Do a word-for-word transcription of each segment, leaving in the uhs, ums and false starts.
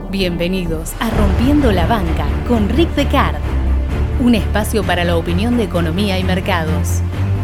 Bienvenidos a Rompiendo la Banca con Rick Decard, un espacio para la opinión de economía y mercados.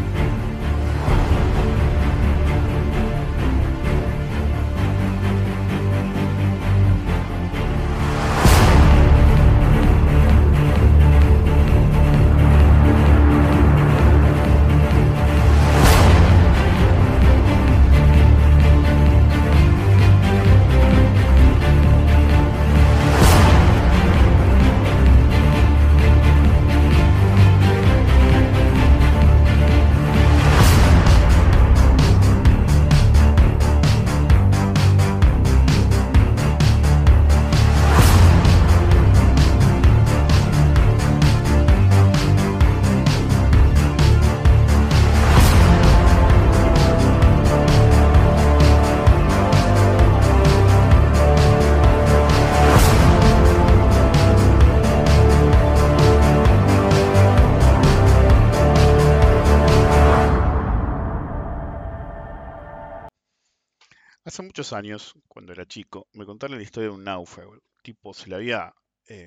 Hace muchos años, cuando era chico, me contaron la historia de un náufrago. El tipo se le había eh,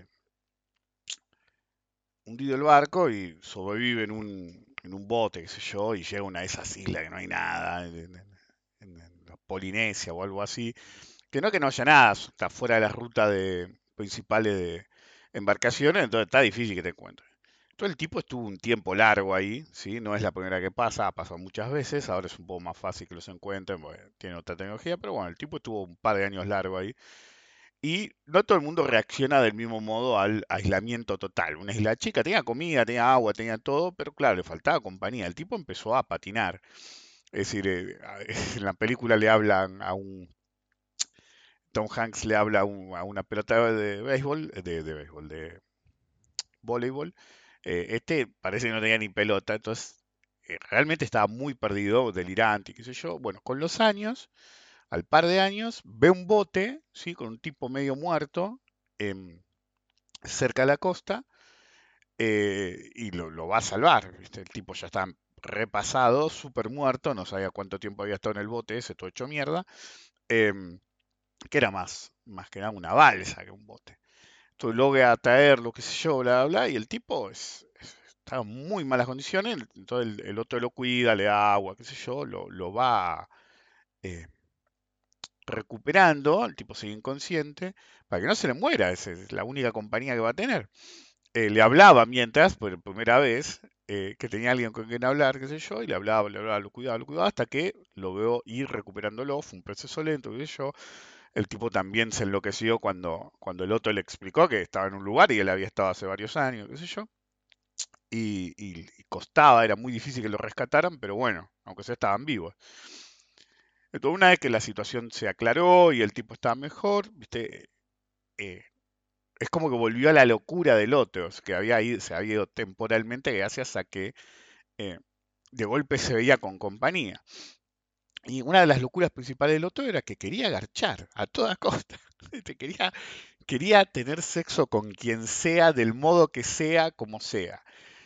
hundido el barco y sobrevive en un, en un bote, qué sé yo, y llega a una de esas islas que no hay nada, en, en- en- en la Polinesia o algo así. Que no que no haya nada, está fuera de las rutas de, principales de embarcaciones, entonces está difícil que te encuentres. Entonces el tipo estuvo un tiempo largo ahí, ¿sí? No es la primera que pasa, ha pasado muchas veces, ahora es un poco más fácil que los encuentren, porque tiene otra tecnología, pero bueno, el tipo estuvo un par de años largo ahí. Y no todo el mundo reacciona del mismo modo al aislamiento total. Una isla chica, tenía comida, tenía agua, tenía todo, pero claro, le faltaba compañía. El tipo empezó a patinar. Es decir, eh, a- en la película le hablan a un... Tom Hanks le habla a, un- a una pelota de béisbol, de, de béisbol, de voleibol. Eh, este parece que no tenía ni pelota, entonces eh, realmente estaba muy perdido, delirante, y qué sé yo. Bueno, con los años, al par de años, ve un bote, ¿sí? Con un tipo medio muerto, em, cerca de la costa, eh, y lo, lo va a salvar, ¿viste? El tipo ya está repasado, súper muerto, no sabía cuánto tiempo había estado en el bote ese, todo hecho mierda, em, que era más, más que nada una balsa que un bote. Entonces logra traerlo, qué sé yo, bla, bla, bla, y el tipo es, es- está en muy malas condiciones, entonces el, el otro lo cuida, le da agua, qué sé yo, lo, lo va eh, recuperando, el tipo sigue inconsciente, para que no se le muera, esa es la única compañía que va a tener. Eh, le hablaba mientras, por primera vez, eh, que tenía alguien con quien hablar, qué sé yo, y le hablaba, le hablaba, lo cuidaba, lo cuidaba, hasta que lo veo ir recuperándolo, fue un proceso lento, qué sé yo. El tipo también se enloqueció cuando, cuando el otro le explicó que estaba en un lugar y él había estado hace varios años, qué sé yo, y, y- y costaba, era muy difícil que lo rescataran, pero bueno, aunque sea estaban vivos. Entonces, una vez que la situación se aclaró y el tipo estaba mejor, viste, eh, es como que volvió a la locura del otro, que había ido, se había ido temporalmente gracias a que eh, de golpe se veía con compañía. Y una de las locuras principales del otro era que quería garchar a toda costa. Te Quería, quería tener sexo con quien sea, del modo que sea, como sea.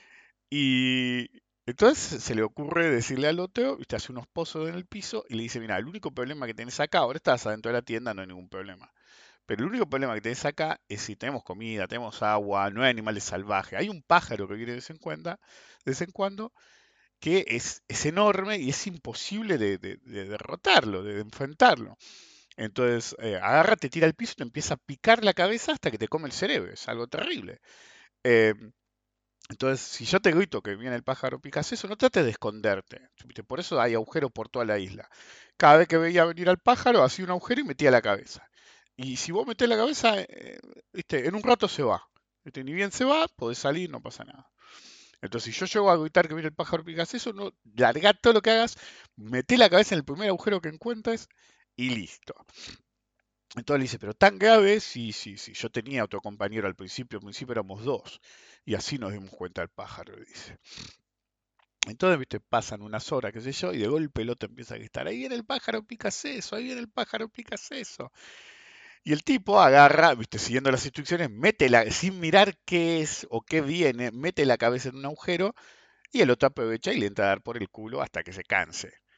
Y entonces se le ocurre decirle al otro, viste, hace unos pozos en el piso y le dice, mira, el único problema que tenés acá, ahora estás adentro de la tienda, no hay ningún problema. Pero el único problema que tenés acá es si tenemos comida, tenemos agua, no hay animales salvajes. Hay un pájaro que viene de vez en cuando, de vez en cuando que es, es enorme y es imposible de, de- de derrotarlo, de enfrentarlo. Entonces, eh, agarra, te tira al piso y te empieza a picar la cabeza hasta que te come el cerebro. Es algo terrible. Eh, entonces, si yo te grito que viene el pájaro picaceso, no trates de esconderte. ¿Viste? Por eso hay agujeros por toda la isla. Cada vez que veía venir al pájaro, hacía un agujero y metía la cabeza. Y si vos metés la cabeza, eh, ¿viste? En un rato se va. ¿Viste? Ni bien se va, podés salir, no pasa nada. Entonces, si yo llego a gritar que viene el pájaro picaceso, no, largá todo lo que hagas, meté la cabeza en el primer agujero que encuentres y listo. Entonces le dice, pero tan grave, sí, sí, sí. Yo tenía otro compañero al principio, al principio éramos dos. Y así nos dimos cuenta del pájaro, dice. Entonces, viste, pasan unas horas, qué sé yo, y de golpe el otro empieza a gritar, ahí viene el pájaro picaceso, ahí viene el pájaro picaceso. Y el tipo agarra, viste, siguiendo las instrucciones, mete la, sin mirar qué es o qué viene, mete la cabeza en un agujero y el otro aprovecha y le entra a dar por el culo hasta que se canse.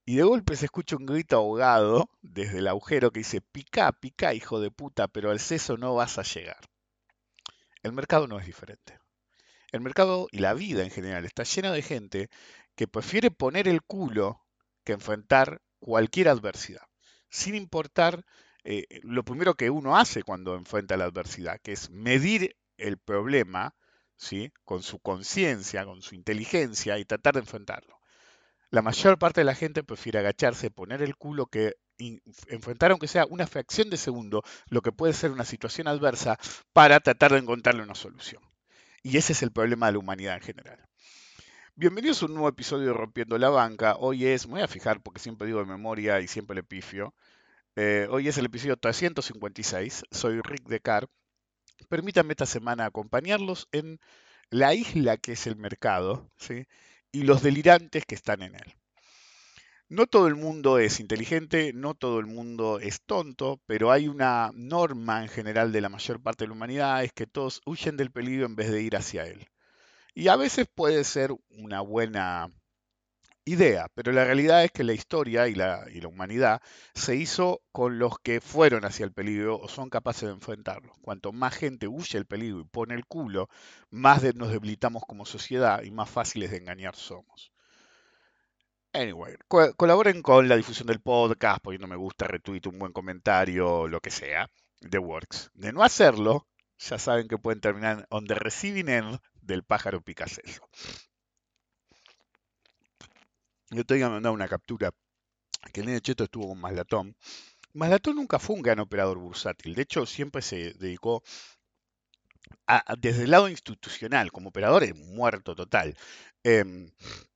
Y de golpe se escucha un grito ahogado desde el agujero que dice, pica, pica, hijo de puta, pero al seso no vas a llegar. El mercado no es diferente. El mercado y la vida en general está llena de gente que prefiere poner el culo que enfrentar cualquier adversidad, sin importar eh, lo primero que uno hace cuando enfrenta la adversidad, que es medir el problema, ¿sí? Con su conciencia, con su inteligencia y tratar de enfrentarlo. La mayor parte de la gente prefiere agacharse, poner el culo que in- enfrentar, aunque sea una fracción de segundo, lo que puede ser una situación adversa para tratar de encontrarle una solución. Y ese es el problema de la humanidad en general. Bienvenidos a un nuevo episodio de Rompiendo la Banca. Hoy es, me voy a fijar porque siempre digo de memoria y siempre le pifio. Eh, hoy es el episodio trescientos cincuenta y seis. Soy Rick Decar. Permítanme esta semana acompañarlos en la isla que es el mercado, ¿sí? Y los delirantes que están en él. No todo el mundo es inteligente, no todo el mundo es tonto, pero hay una norma en general de la mayor parte de la humanidad, es que todos huyen del peligro en vez de ir hacia él. Y a veces puede ser una buena idea, pero la realidad es que la historia y la, y la humanidad se hizo con los que fueron hacia el peligro o son capaces de enfrentarlo. Cuanto más gente huye el peligro y pone el culo, más de- nos debilitamos como sociedad y más fáciles de engañar somos. Anyway, co- colaboren con la difusión del podcast, poniendo me gusta, retweet, un buen comentario, lo que sea. The works. De no hacerlo, ya saben que pueden terminar on the receiving end del pájaro picaceso. Yo te voy a mandar una captura que el nene Cheto estuvo con Maslatón. Maslatón nunca fue un gran operador bursátil. De hecho, siempre se dedicó a, a- desde el lado institucional, como operador es muerto total. Em,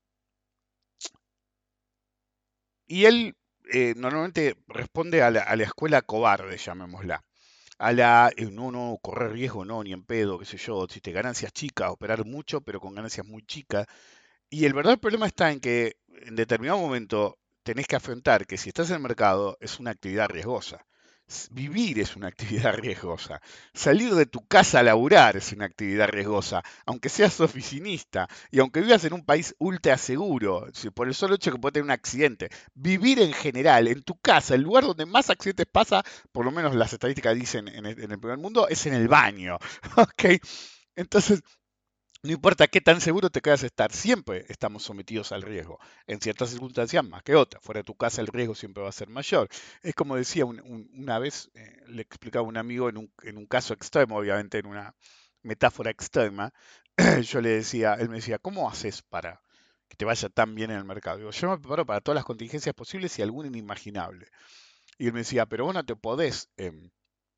y él eh, normalmente responde a la, a la escuela cobarde, llamémosla. A la, eh, no, no, correr riesgo, no, ni en pedo, qué sé yo, si te ganancias chicas, operar mucho, pero con ganancias muy chicas. Y el verdadero problema está en que en determinado momento tenés que afrontar que si estás en el mercado es una actividad riesgosa. S- Vivir es una actividad riesgosa. Salir de tu casa a laburar es una actividad riesgosa. Aunque seas oficinista y aunque vivas en un país ultra seguro, si por el solo hecho de que puede tener un accidente, vivir en general, en tu casa, el lugar donde más accidentes pasa, por lo menos las estadísticas dicen en el, en el primer mundo, es en el baño. ¿Ok? Entonces, no importa qué tan seguro te quedas estar, siempre estamos sometidos al riesgo. En ciertas circunstancias más que otras. Fuera de tu casa el riesgo siempre va a ser mayor. Es como decía un- un- una vez, eh, le explicaba a un amigo en un, en un caso extremo, obviamente en una metáfora extrema, yo le decía, él me decía, ¿cómo haces para que te vaya tan bien en el mercado? Digo, yo me preparo para todas las contingencias posibles y alguna inimaginable. Y él me decía, pero vos no te podés... em,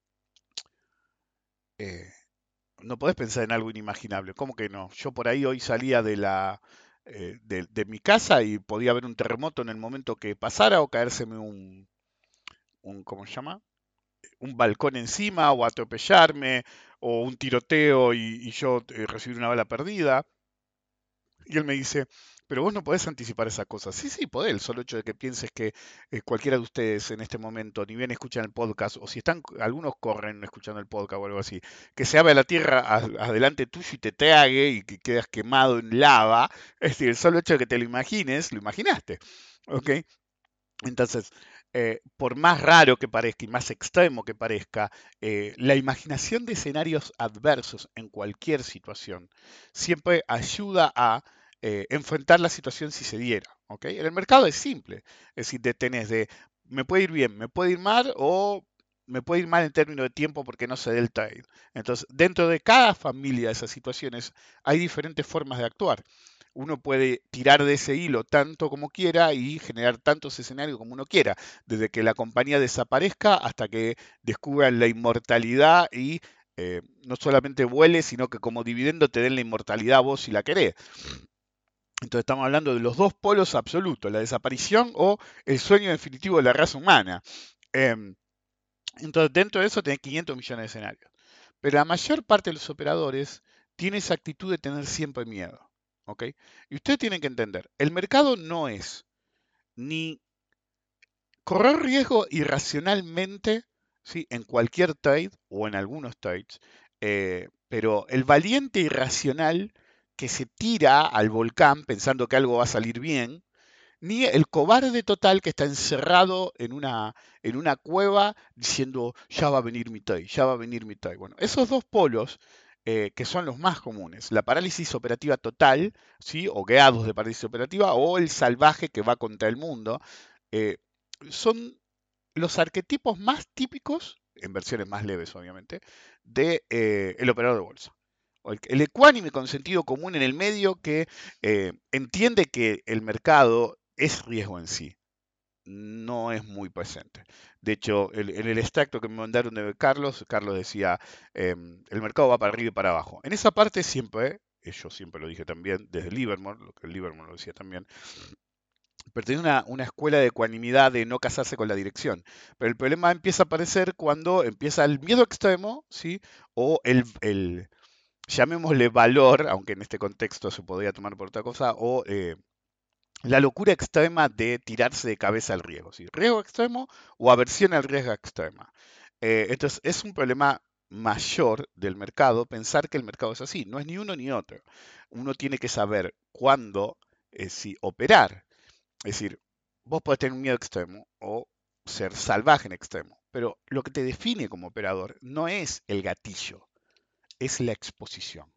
eh, no podés pensar en algo inimaginable. ¿Cómo que no? Yo por ahí hoy salía de la eh, de, de mi casa y podía haber un terremoto en el momento que pasara o caérseme un, un ¿cómo se llama? Un balcón encima o atropellarme o un tiroteo y, y yo eh, recibir una bala perdida. Y él me dice, pero vos no podés anticipar esas cosas. Sí, sí, podés. El solo hecho de que pienses que eh, cualquiera de ustedes en este momento, ni bien escuchan el podcast, o si están, algunos corren escuchando el podcast o algo así, que se abre la tierra a- adelante tuyo y te trague y que quedas quemado en lava. Es decir, el solo hecho de que te lo imagines, lo imaginaste. ¿Ok? Entonces, eh, por más raro que parezca y más extremo que parezca, eh, la imaginación de escenarios adversos en cualquier situación siempre ayuda a eh, enfrentar la situación si se diera. ¿Ok? En el mercado es simple, es decir, te tenés de me puede ir bien, me puede ir mal o me puede ir mal en términos de tiempo porque no se dé el trade. Entonces, dentro de cada familia de esas situaciones hay diferentes formas de actuar. Uno puede tirar de ese hilo tanto como quiera y generar tantos escenarios como uno quiera, desde que la compañía desaparezca hasta que descubran la inmortalidad y eh, no solamente vuele, sino que como dividendo te den la inmortalidad a vos si la querés. Entonces estamos hablando de los dos polos absolutos, la desaparición o el sueño definitivo de la raza humana. Em, entonces dentro de eso tenés quinientos millones de escenarios. Pero la mayor parte de los operadores tiene esa actitud de tener siempre miedo. ¿Ok? Y ustedes tienen que entender, el mercado no es ni correr riesgo irracionalmente, ¿sí? En cualquier trade o en algunos trades, eh, pero el valiente irracional que se tira al volcán pensando que algo va a salir bien, ni el cobarde total que está encerrado en una, en una cueva diciendo, ya va a venir mi toy, ya va a venir mi toy. Bueno, esos dos polos, eh, que son los más comunes, la parálisis operativa total, ¿sí? O grados de parálisis operativa, o el salvaje que va contra el mundo, eh, son los arquetipos más típicos, en versiones más leves obviamente, de eh, el operador de bolsa. O El, el ecuánime con sentido común en el medio que eh, entiende que el mercado es riesgo en sí, no es muy presente. De hecho, el- en el extracto que me mandaron de Carlos, Carlos decía, em, el mercado va para arriba y para abajo. En esa parte siempre, eh, yo siempre lo dije también, desde Livermore, lo que Livermore lo decía también, pertenece a una, una escuela de ecuanimidad de no casarse con la dirección. Pero el problema empieza a aparecer cuando empieza el miedo extremo, ¿sí? O el, el, llamémosle valor, aunque en este contexto se podría tomar por otra cosa, o eh, la locura extrema de tirarse de cabeza al riesgo, ¿sí? Riesgo extremo o aversión al riesgo extrema. Eh, entonces, es un problema mayor del mercado pensar que el mercado es así. No es ni uno ni otro. Uno tiene que saber cuándo, eh, si operar. Es decir, vos podés tener un miedo extremo o ser salvaje en extremo, pero lo que te define como operador no es el gatillo, es la exposición.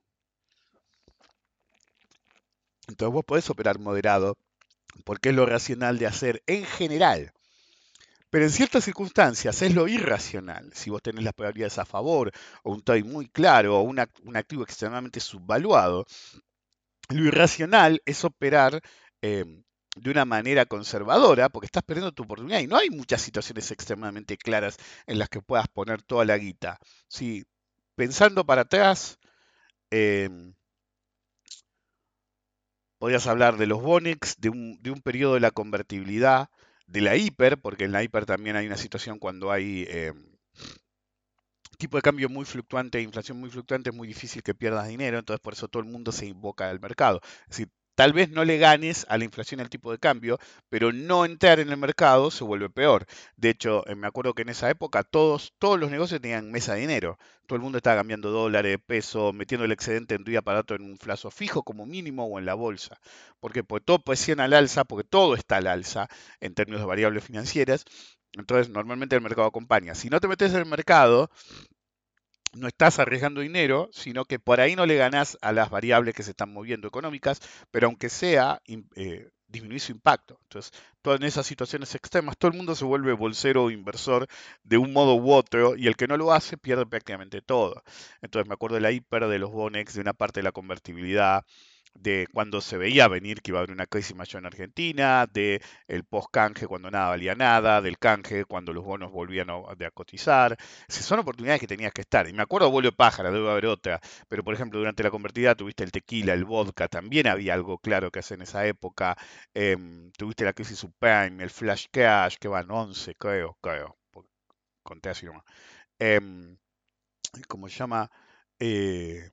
Entonces vos podés operar moderado porque es lo racional de hacer en general. Pero en ciertas circunstancias es lo irracional. Si vos tenés las probabilidades a favor, o un trade muy claro, o un, act- un activo extremadamente subvaluado, lo irracional es operar eh, de una manera conservadora porque estás perdiendo tu oportunidad y no hay muchas situaciones extremadamente claras en las que puedas poner toda la guita. Si pensando para atrás, eh, podrías hablar de los Bonex, de un, de un periodo de la convertibilidad, de la hiper, porque en la hiper también hay una situación cuando hay eh, tipo de cambio muy fluctuante, inflación muy fluctuante, es muy difícil que pierdas dinero, entonces por eso todo el mundo se invoca al mercado. Es decir, tal vez no le ganes a la inflación el tipo de cambio, pero no entrar en el mercado se vuelve peor. De hecho, eh, me acuerdo que en esa época todos, todos los negocios tenían mesa de dinero. Todo el mundo estaba cambiando dólares, pesos, metiendo el excedente en tu aparato en un plazo fijo como mínimo o en la bolsa. ¿Por qué? Porque todo presiona al alza, porque todo está al alza en términos de variables financieras. Entonces, normalmente el mercado acompaña. Si no te metes en el mercado, no estás arriesgando dinero, sino que por ahí no le ganás a las variables que se están moviendo económicas, pero aunque sea, im- eh, disminuir su impacto. Entonces, todas en esas situaciones extremas, todo el mundo se vuelve bolsero o inversor de un modo u otro, y el que no lo hace pierde prácticamente todo. Entonces, me acuerdo de la hiper, de los Bonex, de una parte de la convertibilidad, de cuando se veía venir que iba a haber una crisis mayor en Argentina, de el post-canje cuando nada valía nada, del canje cuando los bonos volvían a, de a cotizar. Si son oportunidades que tenías que estar. Y me acuerdo vuelo de pájara, debe haber otra. Pero por ejemplo, durante la convertida tuviste el tequila, el vodka, también había algo claro que hacer en esa época. Em, tuviste la crisis subprime, el flash cash, que van once, creo, creo. porque Conté así nomás. Em, ¿Cómo se llama? Eh,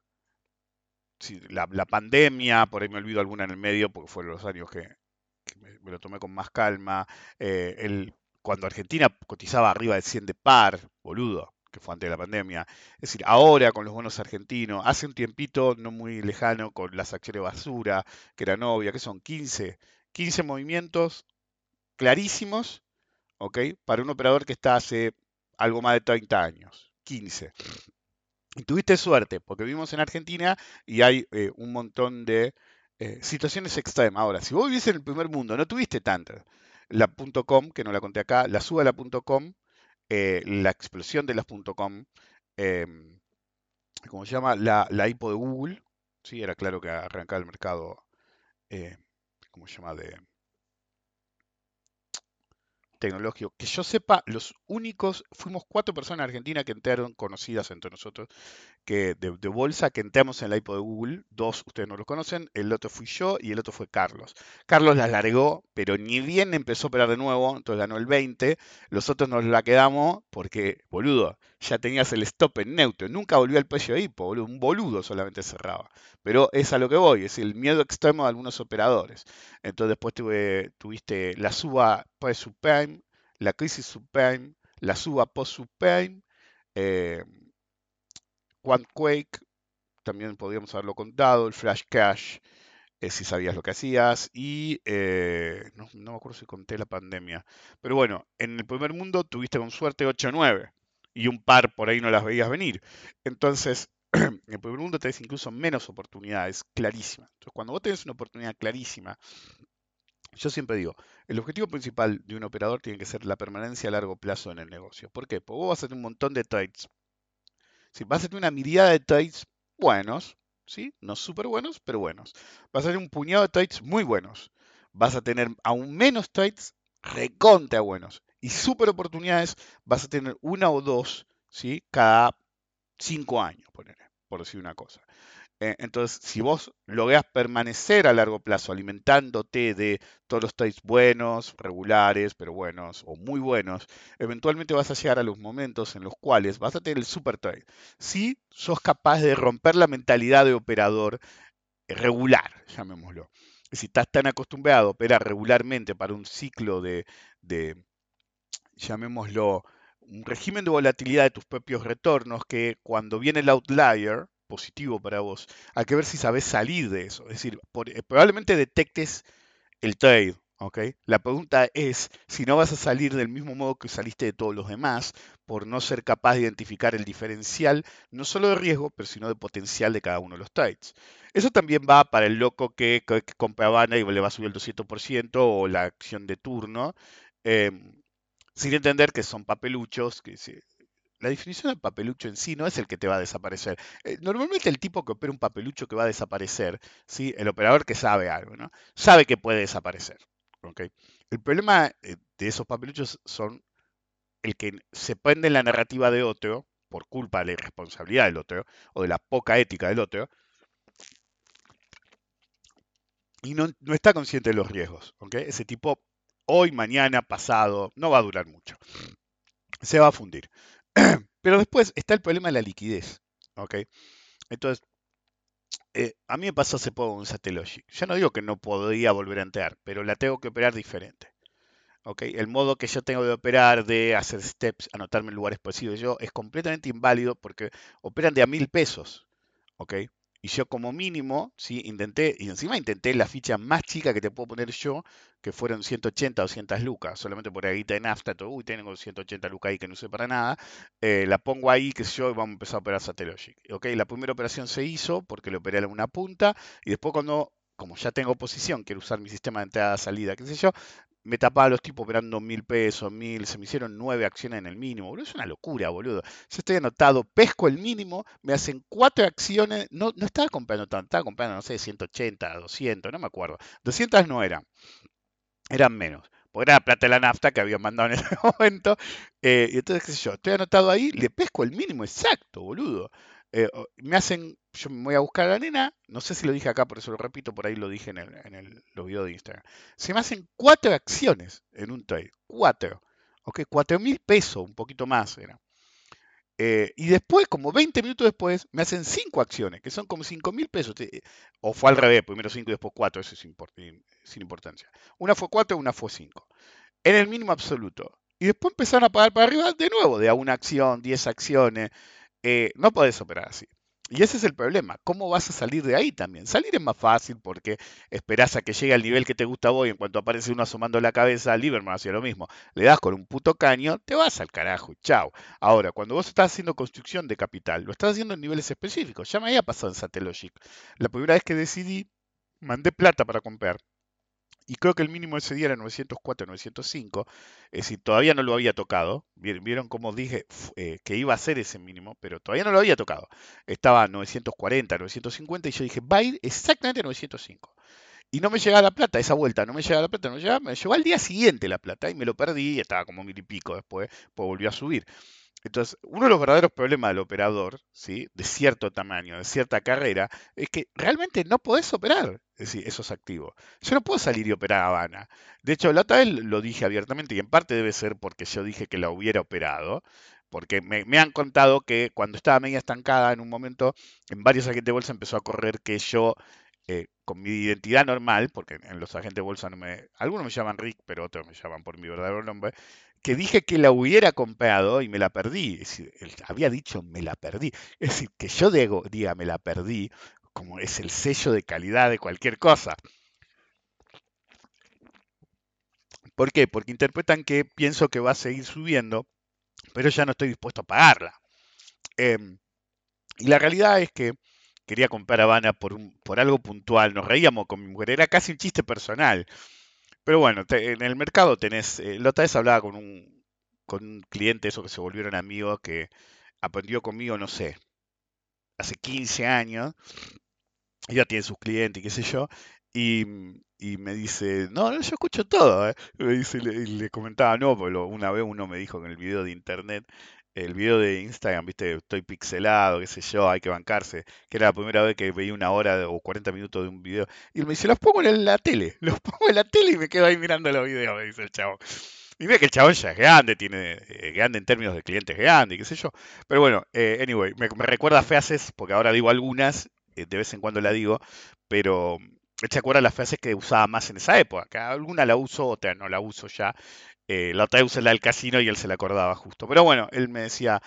sí, la, la pandemia, por ahí me olvido alguna en el medio, porque fueron los años que, que me, me lo tomé con más calma. Eh, el, cuando Argentina cotizaba arriba del cien de par, boludo, que fue antes de la pandemia. Es decir, ahora con los bonos argentinos, hace un tiempito no muy lejano con las acciones basura, que era novia, que son quince, quince movimientos clarísimos, ¿ok? Para un operador que está hace algo más de treinta años. quince. Y tuviste suerte, porque vivimos en Argentina y hay eh, un montón de eh, situaciones extremas. Ahora, si vos vivís en el primer mundo, no tuviste tantas. La punto .com, que no la conté acá, la suba de la punto .com, eh, la explosión de las punto .com, eh, ¿cómo se llama? La, la I P O de Google, sí, era claro que arrancaba el mercado, eh, ¿cómo se llama? De tecnológico. Que yo sepa, los únicos, fuimos cuatro personas en Argentina que entraron conocidas entre nosotros que de, de bolsa que entramos en la I P O de Google. Dos, ustedes no lo conocen, el otro fui yo y el otro fue Carlos. Carlos la largó, pero ni bien empezó a operar de nuevo, entonces ganó el veinte. Los otros nos la quedamos porque, boludo, ya tenías el stop en neutro. Nunca volvió al precio de I P O, boludo. Un boludo solamente cerraba. Pero es a lo que voy, es el miedo extremo de algunos operadores. Entonces después tuve, tuviste la suba pre-subprime, la crisis subprime, la suba post-subprime, eh, Quake, también podríamos haberlo contado, el Flash Cash, eh, si sabías lo que hacías y eh, no, no me acuerdo si conté la pandemia, pero bueno, en el primer mundo tuviste con suerte ocho o nueve y un par por ahí no las veías venir. Entonces, en el primer mundo tenés incluso menos oportunidades clarísimas. Entonces, cuando vos tenés una oportunidad clarísima, yo siempre digo, el objetivo principal de un operador tiene que ser la permanencia a largo plazo en el negocio. ¿Por qué? Porque vos vas a tener un montón de trades. Si vas a tener una mirada de trades buenos, ¿sí? No súper buenos, pero buenos. Vas a tener un puñado de trades muy buenos. Vas a tener aún menos trades recontra buenos. Y súper oportunidades vas a tener una o dos, ¿sí? Cada cinco años, poner, por decir una cosa. Eh, Entonces, si vos lográs permanecer a largo plazo alimentándote de todos los trades buenos, regulares, pero buenos o muy buenos, eventualmente vas a llegar a los momentos en los cuales vas a tener el super trade. Si sos capaz de romper la mentalidad de operador regular, llamémoslo. Si estás tan acostumbrado a operar regularmente para un ciclo de, de llamémoslo, un régimen de volatilidad de tus propios retornos que cuando viene el outlier, positivo para vos, hay que ver si sabes salir de eso. Es decir, por- eh, probablemente detectes el trade, ¿ok? La pregunta es si no vas a salir del mismo modo que saliste de todos los demás por no ser capaz de identificar el diferencial, no solo de riesgo, pero sino de potencial de cada uno de los trades. Eso también va para el loco que, que, que compra Habana y le va a subir el doscientos por ciento o la acción de turno. em, Sin entender que son papeluchos, que si- la definición del papelucho en sí no es el que te va a desaparecer. Eh, normalmente el tipo que opera un papelucho que va a desaparecer, ¿sí? El operador que sabe algo, ¿no? Sabe que puede desaparecer. ¿Ok? El problema eh, de esos papeluchos son el que se prende en la narrativa de otro por culpa de la irresponsabilidad del otro o de la poca ética del otro y no, no está consciente de los riesgos. ¿Ok? Ese tipo hoy, mañana, pasado, no va a durar mucho. Se va a fundir. Pero después está el problema de la liquidez. ¿Ok? Entonces, eh, a mí me pasó hace poco con Satellogic. Ya no digo que no podría volver a entrar, pero la tengo que operar diferente. ¿Ok? El modo que yo tengo de operar, de hacer steps, anotarme en lugares parecidos yo, es completamente inválido porque operan de a mil pesos. ¿Ok? Y yo como mínimo, ¿sí? Intenté, y encima intenté la ficha más chica que te puedo poner yo, que fueron ciento ochenta o doscientas lucas, solamente por ahí de nafta, todo, uy, tengo ciento ochenta lucas ahí que no usé para nada, eh, la pongo ahí, que sé yo, y vamos a empezar a operar Satellogic. ¿Ok? La primera operación se hizo porque le operé a una punta, y después cuando, como ya tengo posición, quiero usar mi sistema de entrada-salida, qué sé yo, me tapaba a los tipos operando mil pesos, mil, se me hicieron nueve acciones en el mínimo, boludo, es una locura, boludo. Yo estoy anotado, pesco el mínimo, me hacen cuatro acciones, no, no estaba comprando tanto, estaba comprando, no sé, ciento ochenta, doscientos, no me acuerdo. doscientas no eran, eran menos. Porque era la plata de la nafta que habían mandado en ese momento. Eh, y entonces, qué sé yo, estoy anotado ahí, le pesco el mínimo exacto, boludo. Eh, o- me hacen, yo me voy a buscar a la nena, no sé si lo dije acá, por eso lo repito, por ahí lo dije en, el, en el, los videos de Instagram. Se me hacen cuatro acciones en un trade, cuatro. Ok, cuatro mil pesos, un poquito más era. Eh, y después, como veinte minutos después, me hacen cinco acciones, que son como cinco mil pesos. Te- O fue al revés, primero cinco y después cuatro, eso es import- sin importancia. Una fue cuatro, una fue cinco en el mínimo absoluto. Y después empezaron a pagar para arriba de nuevo, de a una acción, diez acciones. Eh, no podés operar así. Y ese es el problema. ¿Cómo vas a salir de ahí también? Salir es más fácil porque esperás a que llegue al nivel que te gusta a vos y en cuanto aparece uno asomando la cabeza, Lieberman hacía lo mismo. Le das con un puto caño, te vas al carajo, chao. Ahora, cuando vos estás haciendo construcción de capital, lo estás haciendo en niveles específicos. Ya me había pasado en Satellogic. La primera vez que decidí, mandé plata para comprar y creo que el mínimo ese día era novecientos cuatro, novecientos cinco. Es decir, todavía no lo había tocado. Vieron, vieron cómo dije eh, que iba a ser ese mínimo, pero todavía no lo había tocado. Estaba a novecientos cuarenta, novecientos cincuenta y yo dije, va a ir exactamente a novecientos cinco. Y no me llegaba la plata, esa vuelta, no me llegaba la plata, no me llegaba, me llegó al día siguiente la plata y me lo perdí y estaba como mil y pico después, pues volvió a subir. Entonces, uno de los verdaderos problemas del operador, ¿sí? De cierto tamaño, de cierta carrera, es que realmente no podés operar es decir, esos activos. Yo no puedo salir y operar a Habana. De hecho, la otra vez lo dije abiertamente y en parte debe ser porque yo dije que la hubiera operado, porque me, me han contado que cuando estaba media estancada en un momento, en varios agentes de bolsa empezó a correr que yo, eh, con mi identidad normal, porque en los agentes de bolsa no me... Algunos me llaman Rick, pero otros me llaman por mi verdadero nombre, que dije que la hubiera comprado y me la perdí. Es decir, él había dicho me la perdí. Es decir, que yo digo, diga me la perdí como es el sello de calidad de cualquier cosa. ¿Por qué? Porque interpretan que pienso que va a seguir subiendo, pero ya no estoy dispuesto a pagarla. Eh, y la realidad es que quería comprar Habana por, un, por algo puntual. Nos reíamos con mi mujer, era casi un chiste personal. Pero bueno, te, en el mercado tenés. Eh, la otra vez hablaba con un, con un cliente, esos que se volvieron amigos, que aprendió conmigo, no sé, hace quince años, ya tiene sus clientes y qué sé yo, y, y me dice, no, no, yo escucho todo, ¿eh? Me dice, y le, y le comentaba, no, porque lo- una vez uno me dijo en el video de internet, el video de Instagram, viste, estoy pixelado, qué sé yo, hay que bancarse, que era la primera vez que veía una hora de- o cuarenta minutos de un video, y él me dice, los pongo en la tele, los pongo en la tele y me quedo ahí mirando los videos, me dice el chavo. Y ve que el chabón ya es grande, tiene eh, grande en términos de clientes grande, y qué sé yo. Pero bueno, eh, anyway, me, me recuerda a frases, porque ahora digo algunas, eh, de vez en cuando la digo, pero él se acuerda las frases que usaba más en esa época. Que alguna la uso, otra no la uso ya. Eh, la otra usé la del casino y él se la acordaba justo. Pero bueno, él me decía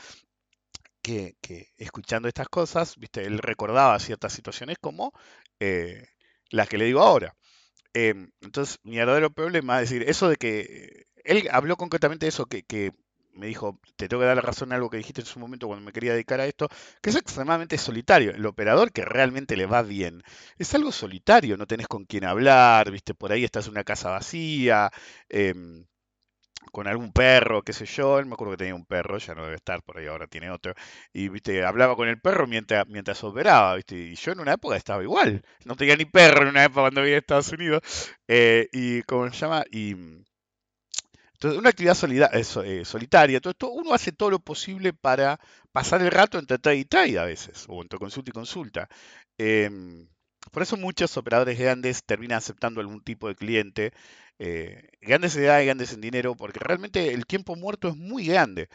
que, que escuchando estas cosas, viste, él recordaba ciertas situaciones como eh, las que le digo ahora. Em, entonces, mi verdadero problema es decir, eso de que eh, él habló concretamente de eso, que, que me dijo, te tengo que dar la razón en algo que dijiste en su momento cuando me quería dedicar a esto, que es extremadamente solitario. El operador que realmente le va bien es algo solitario, no tenés con quién hablar, viste, por ahí estás en una casa vacía, em, con algún perro, qué sé yo. Él me acuerdo que tenía un perro, ya no debe estar por ahí, ahora tiene otro. Y viste, hablaba con el perro mientras, mientras operaba, viste. Y yo en una época estaba igual. No tenía ni perro en una época cuando vivía en Estados Unidos. Eh, y ¿cómo se llama? Y entonces, una actividad solida- eh, so- eh, solitaria. Todo esto, uno hace todo lo posible para pasar el rato entre trade y trade a veces, o entre consulta y consulta. Em, por eso muchos operadores grandes terminan aceptando algún tipo de cliente, eh, grandes en edad y grandes en dinero, porque realmente el tiempo muerto es muy grande.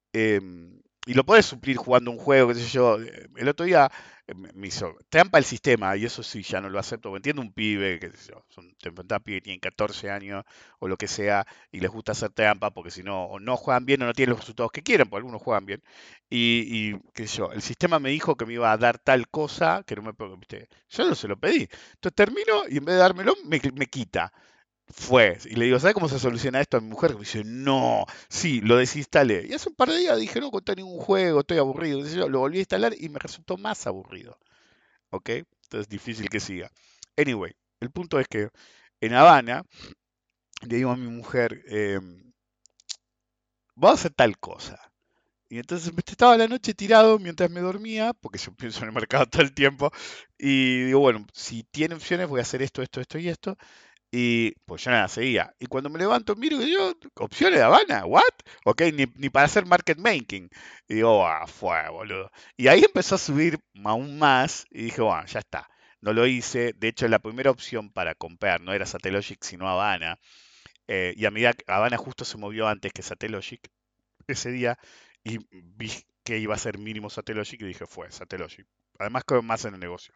Em, y lo puedes suplir jugando un juego, qué sé yo. Eh, El otro día eh, me me hizo trampa el sistema, y eso sí, ya no lo acepto. Porque entiendo un pibe, qué sé yo, son, te enfrentás a pibes que tienen catorce años o lo que sea, y les gusta hacer trampa porque si no, o no juegan bien o no tienen los resultados que quieren, porque algunos juegan bien. Y, y, qué sé yo, el sistema me dijo que me iba a dar tal cosa que no me, viste, yo no se lo pedí. Entonces termino y en vez de dármelo, me, me quita. Fue. Y le digo, ¿sabes cómo se soluciona esto a mi mujer? Me dice, no, sí, lo desinstalé. Y hace un par de días dije, no conté ningún juego, estoy aburrido. Qué sé yo, lo volví a instalar y me resultó más aburrido. ¿Ok? Entonces difícil que siga. Anyway, el punto es que en Habana le digo a mi mujer, eh, vamos a hacer tal cosa. Y entonces me- estaba la noche tirado mientras me dormía, porque yo pienso en el mercado todo el tiempo, y digo, bueno, si tiene opciones voy a hacer esto, esto, esto y esto. Y pues yo nada, seguía. Y cuando me levanto, miro y yo, opciones de Habana, ¿what? Ok, ni, ni para hacer market making. Y digo, ah, fue, boludo. Y ahí empezó a subir aún más y dije, bueno, ya está. No lo hice. De hecho, la primera opción para comprar no era Satellogic, sino Habana. Eh, y a medida que Habana justo se movió antes que Satellogic ese día y vi que iba a ser mínimo Satellogic y dije, fue Satellogic. Además, creo más en el negocio.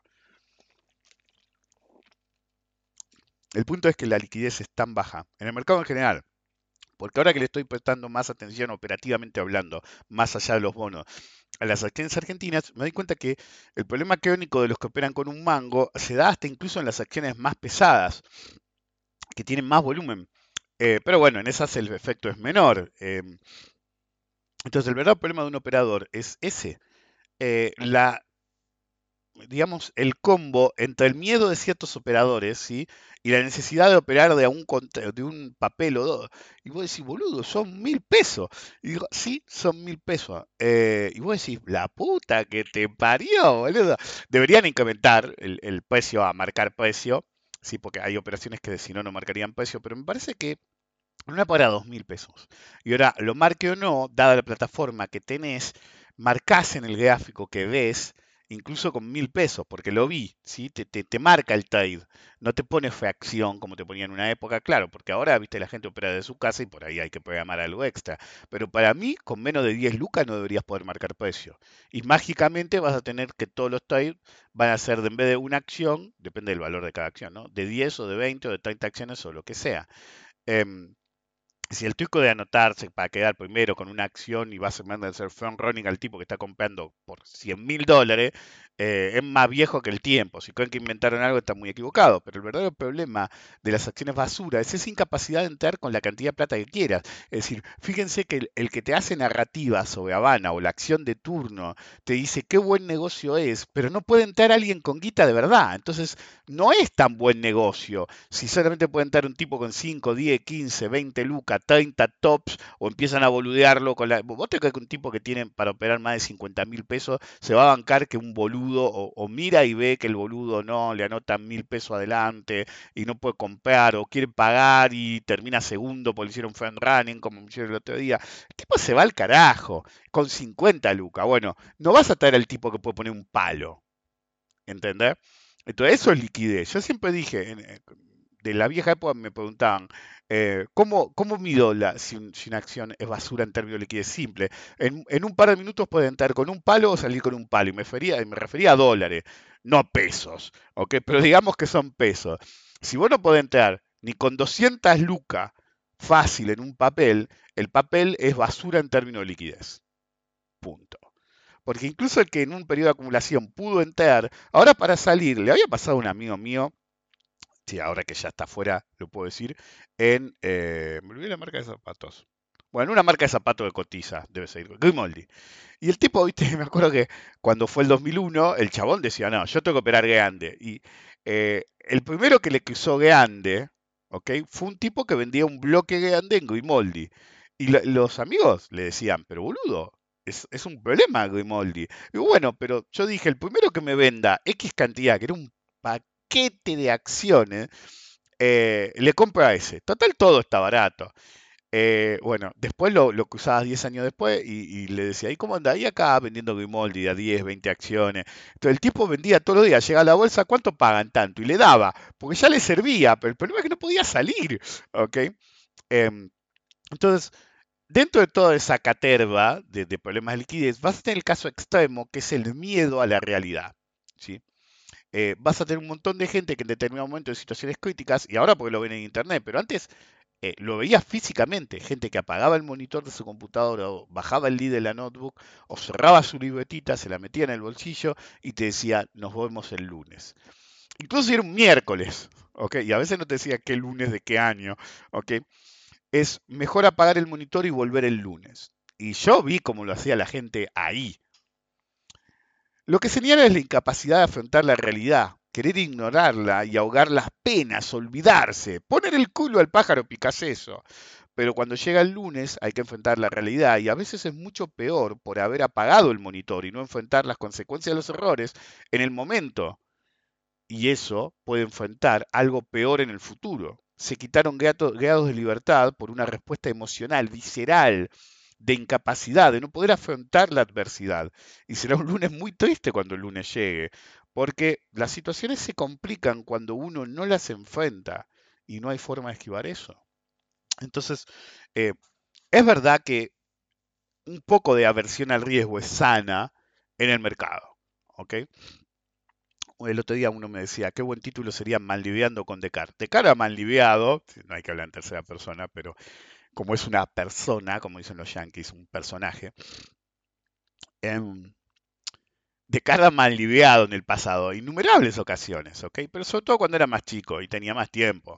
El punto es que la liquidez es tan baja, en el mercado en general, porque ahora que le estoy prestando más atención operativamente hablando, más allá de los bonos, a las acciones argentinas, me doy cuenta que el problema crónico de los que operan con un mango se da hasta incluso en las acciones más pesadas, que tienen más volumen. Eh, pero bueno, en esas el efecto es menor. Eh, entonces, el verdadero problema de un operador es ese. Eh, la digamos, el combo entre el miedo de ciertos operadores, ¿sí? Y la necesidad de operar de un, contra- de un papel o dos. Y vos decís, boludo, son mil pesos. Y digo, sí, son mil pesos. Eh, y vos decís, la puta que te parió, boludo. Deberían incrementar el, el precio a marcar precio, sí, porque hay operaciones que si no, no marcarían precio, pero me parece que una para dos mil pesos. Y ahora, lo marque o no, dada la plataforma que tenés, marcás en el gráfico que ves, incluso con mil pesos, porque lo vi, ¿sí? Te, te, te marca el trade, no te pone fracción como te ponía en una época, claro, porque ahora, viste, la gente opera de su casa y por ahí hay que programar algo extra. Pero para mí, con menos de diez lucas no deberías poder marcar precio. Y mágicamente vas a tener que todos los trades van a ser, de, en vez de una acción, depende del valor de cada acción, ¿no? De diez o de veinte o de treinta acciones o lo que sea. Em, si el truco de anotarse para quedar primero con una acción y vas a mandar a hacer front running al tipo que está comprando por cien mil dólares, eh, es más viejo que el tiempo. Si creen que inventaron algo, está muy equivocado. Pero el verdadero problema de las acciones basura es esa incapacidad de entrar con la cantidad de plata que quieras. Es decir, fíjense que el, el que te hace narrativa sobre Habana o la acción de turno te dice qué buen negocio es, pero no puede entrar alguien con guita de verdad. Entonces, no es tan buen negocio si solamente puede entrar un tipo con cinco, diez, quince, veinte lucas, treinta tops, o empiezan a boludearlo con la... ¿Vos te crees que un tipo que tiene para operar más de cincuenta mil pesos se va a bancar que un boludo, o, o mira y ve que el boludo no, le anota mil pesos adelante y no puede comprar, o quiere pagar y termina segundo porque le hicieron fan running, como me hicieron el otro día? El tipo se va al carajo, con cincuenta lucas. Bueno, no vas a traer al tipo que puede poner un palo. ¿Entendés? Entonces, eso es liquidez. Yo siempre dije, en- en- de la vieja época me preguntaban, eh, ¿cómo, cómo mido la, si, un- si una acción es basura en términos de liquidez? Simple. En, en un par de minutos puede entrar con un palo o salir con un palo. Y me refería, me refería a dólares, no a pesos. ¿Ok? Pero digamos que son pesos. Si vos no podés entrar ni con doscientas lucas fácil en un papel, el papel es basura en términos de liquidez. Punto. Porque incluso el que en un periodo de acumulación pudo entrar, ahora para salir, le había pasado a un amigo mío, sí, ahora que ya está fuera, lo puedo decir, en, eh, me olvidé la marca de zapatos. Bueno, una marca de zapatos de cotiza, debe ser, Grimaldi. Y el tipo, viste, me acuerdo que cuando fue el dos mil uno, el chabón decía, no, yo tengo que operar grande. Y eh, el primero que le cruzó grande, ¿ok? Fue un tipo que vendía un bloque grande en Grimaldi. Y la- los amigos le decían, pero boludo, es, es un problema Grimaldi. Y bueno, pero yo dije, el primero que me venda X cantidad, que era un paquete de acciones, eh, le compro a ese. Total, todo está barato. Eh, bueno, después lo, lo cruzabas diez años después y, y le decía, ¿y cómo anda? Y acá vendiendo Grimoldi a diez, veinte acciones. Entonces el tipo vendía todos los días, llegaba a la bolsa, ¿cuánto pagan tanto? Y le daba, porque ya le servía, pero el problema es que no podía salir, ¿ok? Em, entonces, dentro de toda esa caterva de, de problemas de liquidez, vas a tener el caso extremo, que es el miedo a la realidad, ¿sí? Eh, vas a tener un montón de gente que en determinado momento de situaciones críticas, y ahora porque lo ven en internet, pero antes eh, lo veía físicamente, gente que apagaba el monitor de su computadora o bajaba el lid de la notebook o cerraba su libretita, se la metía en el bolsillo y te decía, nos vemos el lunes. Incluso si era un miércoles, ¿ok? Y a veces no te decía qué lunes de qué año, ¿ok? Es mejor apagar el monitor y volver el lunes. Y yo vi cómo lo hacía la gente ahí. Lo que señala es la incapacidad de afrontar la realidad, querer ignorarla y ahogar las penas, olvidarse, poner el culo al pájaro picaceso. Pero cuando llega el lunes hay que enfrentar la realidad y a veces es mucho peor por haber apagado el monitor y no enfrentar las consecuencias de los errores en el momento. Y eso puede enfrentar algo peor en el futuro. Se quitaron grados de libertad por una respuesta emocional, visceral, de incapacidad, de no poder afrontar la adversidad. Y será un lunes muy triste cuando el lunes llegue, porque las situaciones se complican cuando uno no las enfrenta y no hay forma de esquivar eso. Entonces, eh, es verdad que un poco de aversión al riesgo es sana en el mercado. ¿Ok? El otro día uno me decía, qué buen título sería Malliviando con Descartes. Descartes ha malliviado, no hay que hablar en tercera persona, pero como es una persona, como dicen los yankees, un personaje, em, Descartes ha malliviado en el pasado, innumerables ocasiones, ¿ok? Pero sobre todo cuando era más chico y tenía más tiempo.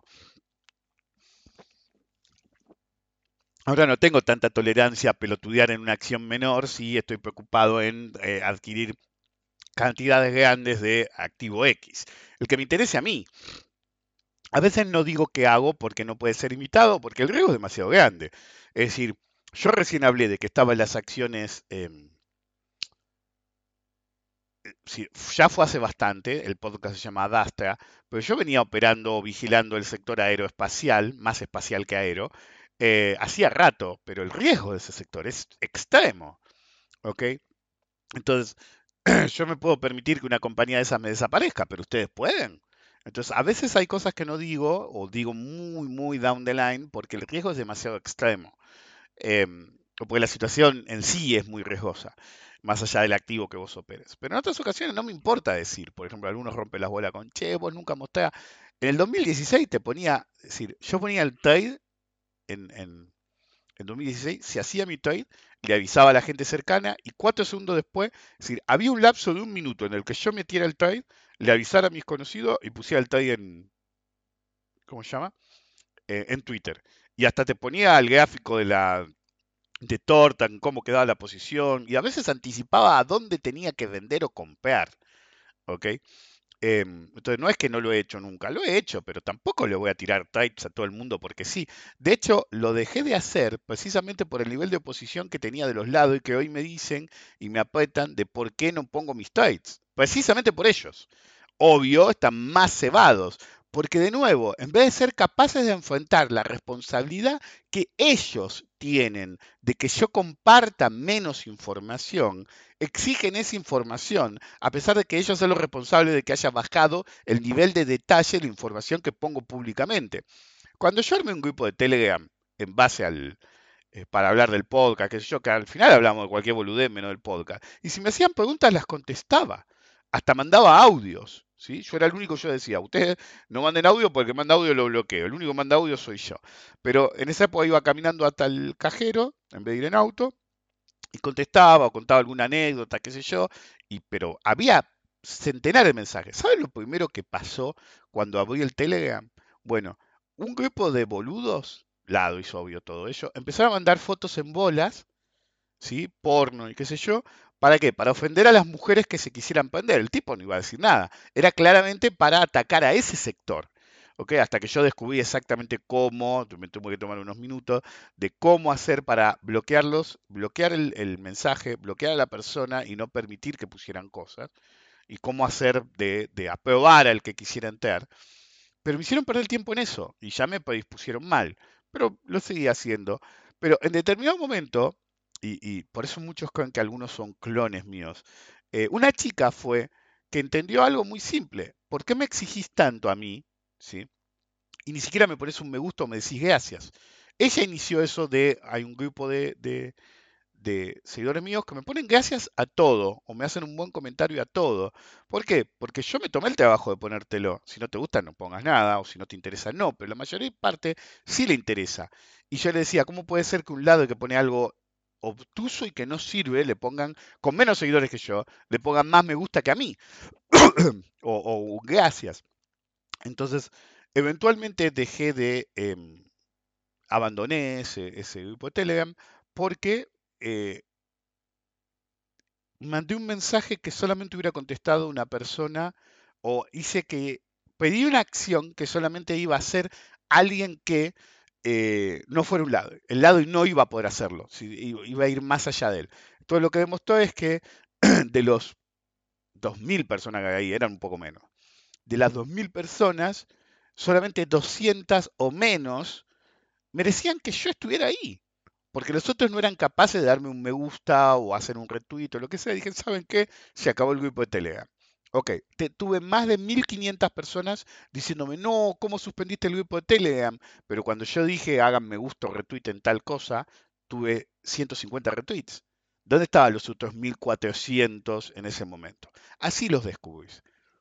Ahora no tengo tanta tolerancia a pelotudear en una acción menor si estoy preocupado en eh, adquirir cantidades grandes de activo X. El que me interese a mí. A veces no digo qué hago porque no puede ser imitado, porque el riesgo es demasiado grande. Es decir, yo recién hablé de que estaban las acciones, eh, sí, ya fue hace bastante, el podcast se llama Dastra, pero yo venía operando o vigilando el sector aeroespacial, más espacial que aero, eh, hacía rato, pero el riesgo de ese sector es extremo, ¿ok? Entonces, yo me puedo permitir que una compañía de esas me desaparezca, pero ustedes pueden. Entonces, a veces hay cosas que no digo o digo muy, muy down the line porque el riesgo es demasiado extremo. Eh, o porque la situación en sí es muy riesgosa, más allá del activo que vos operes. Pero en otras ocasiones no me importa decir, por ejemplo, algunos rompen las bolas con, che, vos nunca mostrás. En el dos mil dieciséis te ponía, es decir, yo ponía el trade en, en en dos mil dieciséis, se hacía mi trade, le avisaba a la gente cercana y cuatro segundos después, es decir, había un lapso de un minuto en el que yo metiera el trade, le avisara a mis conocidos y pusiera el trade en, ¿cómo se llama? Eh, en Twitter. Y hasta te ponía el gráfico de la de torta, en cómo quedaba la posición, y a veces anticipaba a dónde tenía que vender o comprar, ¿ok? Em, entonces no es que no lo he hecho nunca, lo he hecho, pero tampoco le voy a tirar types a todo el mundo porque sí. De hecho, lo dejé de hacer precisamente por el nivel de oposición que tenía de los lados y que hoy me dicen y me apretan de por qué no pongo mis types. Precisamente por ellos. Obvio, están más cebados. Porque de nuevo, en vez de ser capaces de enfrentar la responsabilidad que ellos tienen de que yo comparta menos información, exigen esa información, a pesar de que ellos son los responsables de que haya bajado el nivel de detalle de la información que pongo públicamente. Cuando yo armé un grupo de Telegram en base al, eh, para hablar del podcast, que sé yo, que al final hablamos de cualquier boludez menos del podcast, y si me hacían preguntas las contestaba, hasta mandaba audios, ¿sí? Yo era el único, yo decía, ustedes no manden audio porque manda audio lo bloqueo, el único que manda audio soy yo. Pero en esa época iba caminando hasta el cajero, en vez de ir en auto, y contestaba o contaba alguna anécdota, qué sé yo, y, pero había centenares de mensajes. ¿Sabes lo primero que pasó cuando abrí el Telegram? Bueno, un grupo de boludos, Lado hizo obvio todo ello, empezaron a mandar fotos en bolas, ¿sí? Porno y qué sé yo. ¿Para qué? Para ofender a las mujeres que se quisieran prender. El tipo no iba a decir nada. Era claramente para atacar a ese sector. ¿Ok? Hasta que yo descubrí exactamente cómo, me tuve que tomar unos minutos, de cómo hacer para bloquearlos, bloquear el, el mensaje, bloquear a la persona y no permitir que pusieran cosas. Y cómo hacer de, de aprobar al que quisiera entrar. Pero me hicieron perder el tiempo en eso y ya me predispusieron mal. Pero lo seguí haciendo. Pero en determinado momento, y, y por eso muchos creen que algunos son clones míos, eh, una chica fue que entendió algo muy simple. ¿Por qué me exigís tanto a mí? ¿Sí? Y ni siquiera me pones un me gusta o me decís gracias. Ella inició eso de, hay un grupo de, de de seguidores míos que me ponen gracias a todo o me hacen un buen comentario a todo. ¿Por qué? Porque yo me tomé el trabajo de ponértelo. Si no te gusta, no pongas nada, o si no te interesa, no, pero la mayoría de parte sí le interesa. Y yo le decía, ¿cómo puede ser que un lado que pone algo obtuso y que no sirve, le pongan, con menos seguidores que yo, le pongan más me gusta que a mí? o, o gracias. Entonces, eventualmente dejé de... Eh, abandoné ese, ese grupo de Telegram porque eh, mandé un mensaje que solamente hubiera contestado una persona o hice que pedí una acción que solamente iba a hacer alguien que eh, no fuera un lado. El lado no iba a poder hacerlo, si- iba a ir más allá de él. Entonces lo que demostró es que de los dos mil personas que hay, eran un poco menos, de las dos mil personas, solamente doscientas o menos merecían que yo estuviera ahí. Porque los otros no eran capaces de darme un me gusta o hacer un retweet o lo que sea. Dije, ¿saben qué? Se acabó el grupo de Telegram. Ok, te- tuve más de mil quinientas personas diciéndome, no, ¿cómo suspendiste el grupo de Telegram? Pero cuando yo dije, hagan me gusta o retweet en tal cosa, tuve ciento cincuenta retweets. ¿Dónde estaban los otros mil cuatrocientos en ese momento? Así los descubrís.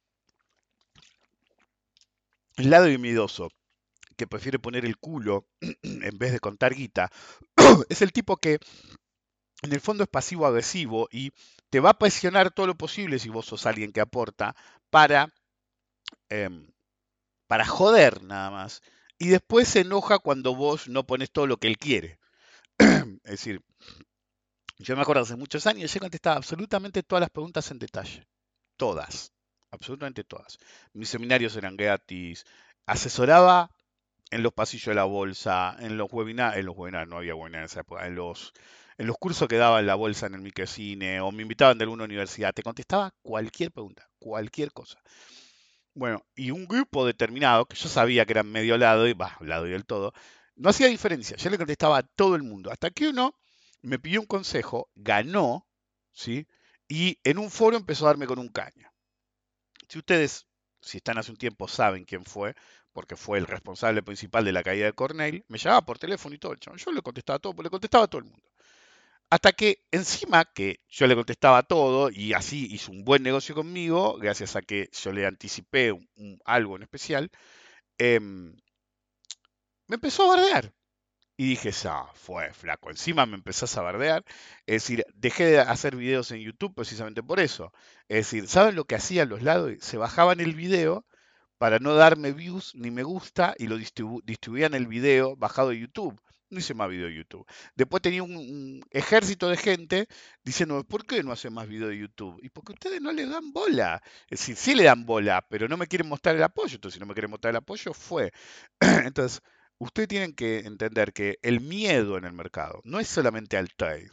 El lado miedoso, que prefiere poner el culo en vez de contar guita, es el tipo que en el fondo es pasivo-agresivo y te va a presionar todo lo posible si vos sos alguien que aporta para, em, para joder nada más. Y después se enoja cuando vos no pones todo lo que él quiere. Es decir, yo me acuerdo hace muchos años, yo contestaba absolutamente todas las preguntas en detalle. Todas. Absolutamente todas. Mis seminarios eran gratis. Asesoraba en los pasillos de la bolsa, en los webinars, en los webinars no había webinars en esa época, en los, en los cursos que daba en la bolsa en el microcine, o me invitaban de alguna universidad, te contestaba cualquier pregunta, cualquier cosa. Bueno, y un grupo determinado, que yo sabía que eran medio lado, y va, lado y del todo, no hacía diferencia, yo le contestaba a todo el mundo, hasta que uno me pidió un consejo, ganó, ¿sí? Y en un foro empezó a darme con un caño. Si ustedes, si están hace un tiempo, saben quién fue, porque fue el responsable principal de la caída de Cornell, me llamaba por teléfono y todo el chabón. Yo le contestaba todo, le contestaba a todo el mundo. Hasta que encima que yo le contestaba todo y así hizo un buen negocio conmigo, gracias a que yo le anticipé un- un- algo en especial, em, me empezó a bardear. Y dije, ah, fue flaco. Encima me empezás a bardear. Es decir, dejé de hacer videos en YouTube precisamente por eso. Es decir, ¿saben lo que hacían los lados? Se bajaban el video para no darme views ni me gusta y lo distribu- distribuían el video bajado de YouTube. No hice más video de YouTube. Después tenía un, un ejército de gente diciendo, ¿por qué no hace más video de YouTube? Y porque ustedes no le dan bola. Es decir, sí le dan bola, pero no me quieren mostrar el apoyo. Entonces, si no me quieren mostrar el apoyo, fue. Entonces, ustedes tienen que entender que el miedo en el mercado no es solamente al trade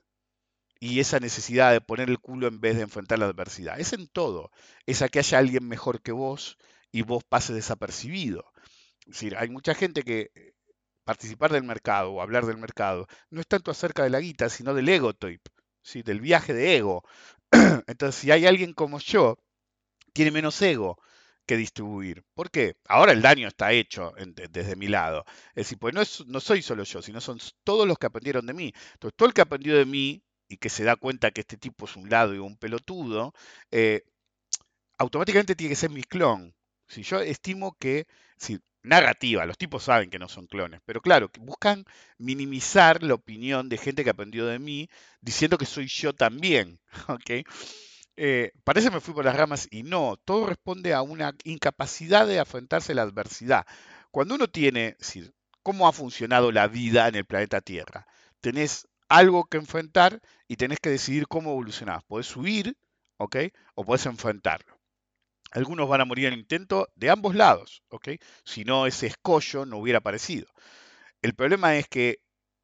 y esa necesidad de poner el culo en vez de enfrentar la adversidad. Es en todo. Es a que haya alguien mejor que vos y vos pases desapercibido. Es decir, hay mucha gente que eh, participar del mercado o hablar del mercado no es tanto acerca de la guita, sino del ego trip, ¿sí? Del viaje de ego. Entonces, si hay alguien como yo, tiene menos ego que distribuir. ¿Por qué? Ahora el daño está hecho en- de- desde mi lado. Es decir, pues no, es, no soy solo yo, sino son todos los que aprendieron de mí. Entonces, todo el que aprendió de mí y que se da cuenta que este tipo es un lado y un pelotudo, eh, automáticamente tiene que ser mi clon. Si yo estimo que, si narrativa, los tipos saben que no son clones, pero claro, que buscan minimizar la opinión de gente que aprendió de mí, diciendo que soy yo también, ¿ok? Eh, parece que me fui por las ramas y no, todo responde a una incapacidad de afrontarse la adversidad. Cuando uno tiene, es decir, cómo ha funcionado la vida en el planeta Tierra, tenés algo que enfrentar y tenés que decidir cómo evolucionar. Podés huir, ¿ok? O podés enfrentarlo. Algunos van a morir en el intento de ambos lados, ¿ok? Si no, ese escollo no hubiera aparecido. El problema es que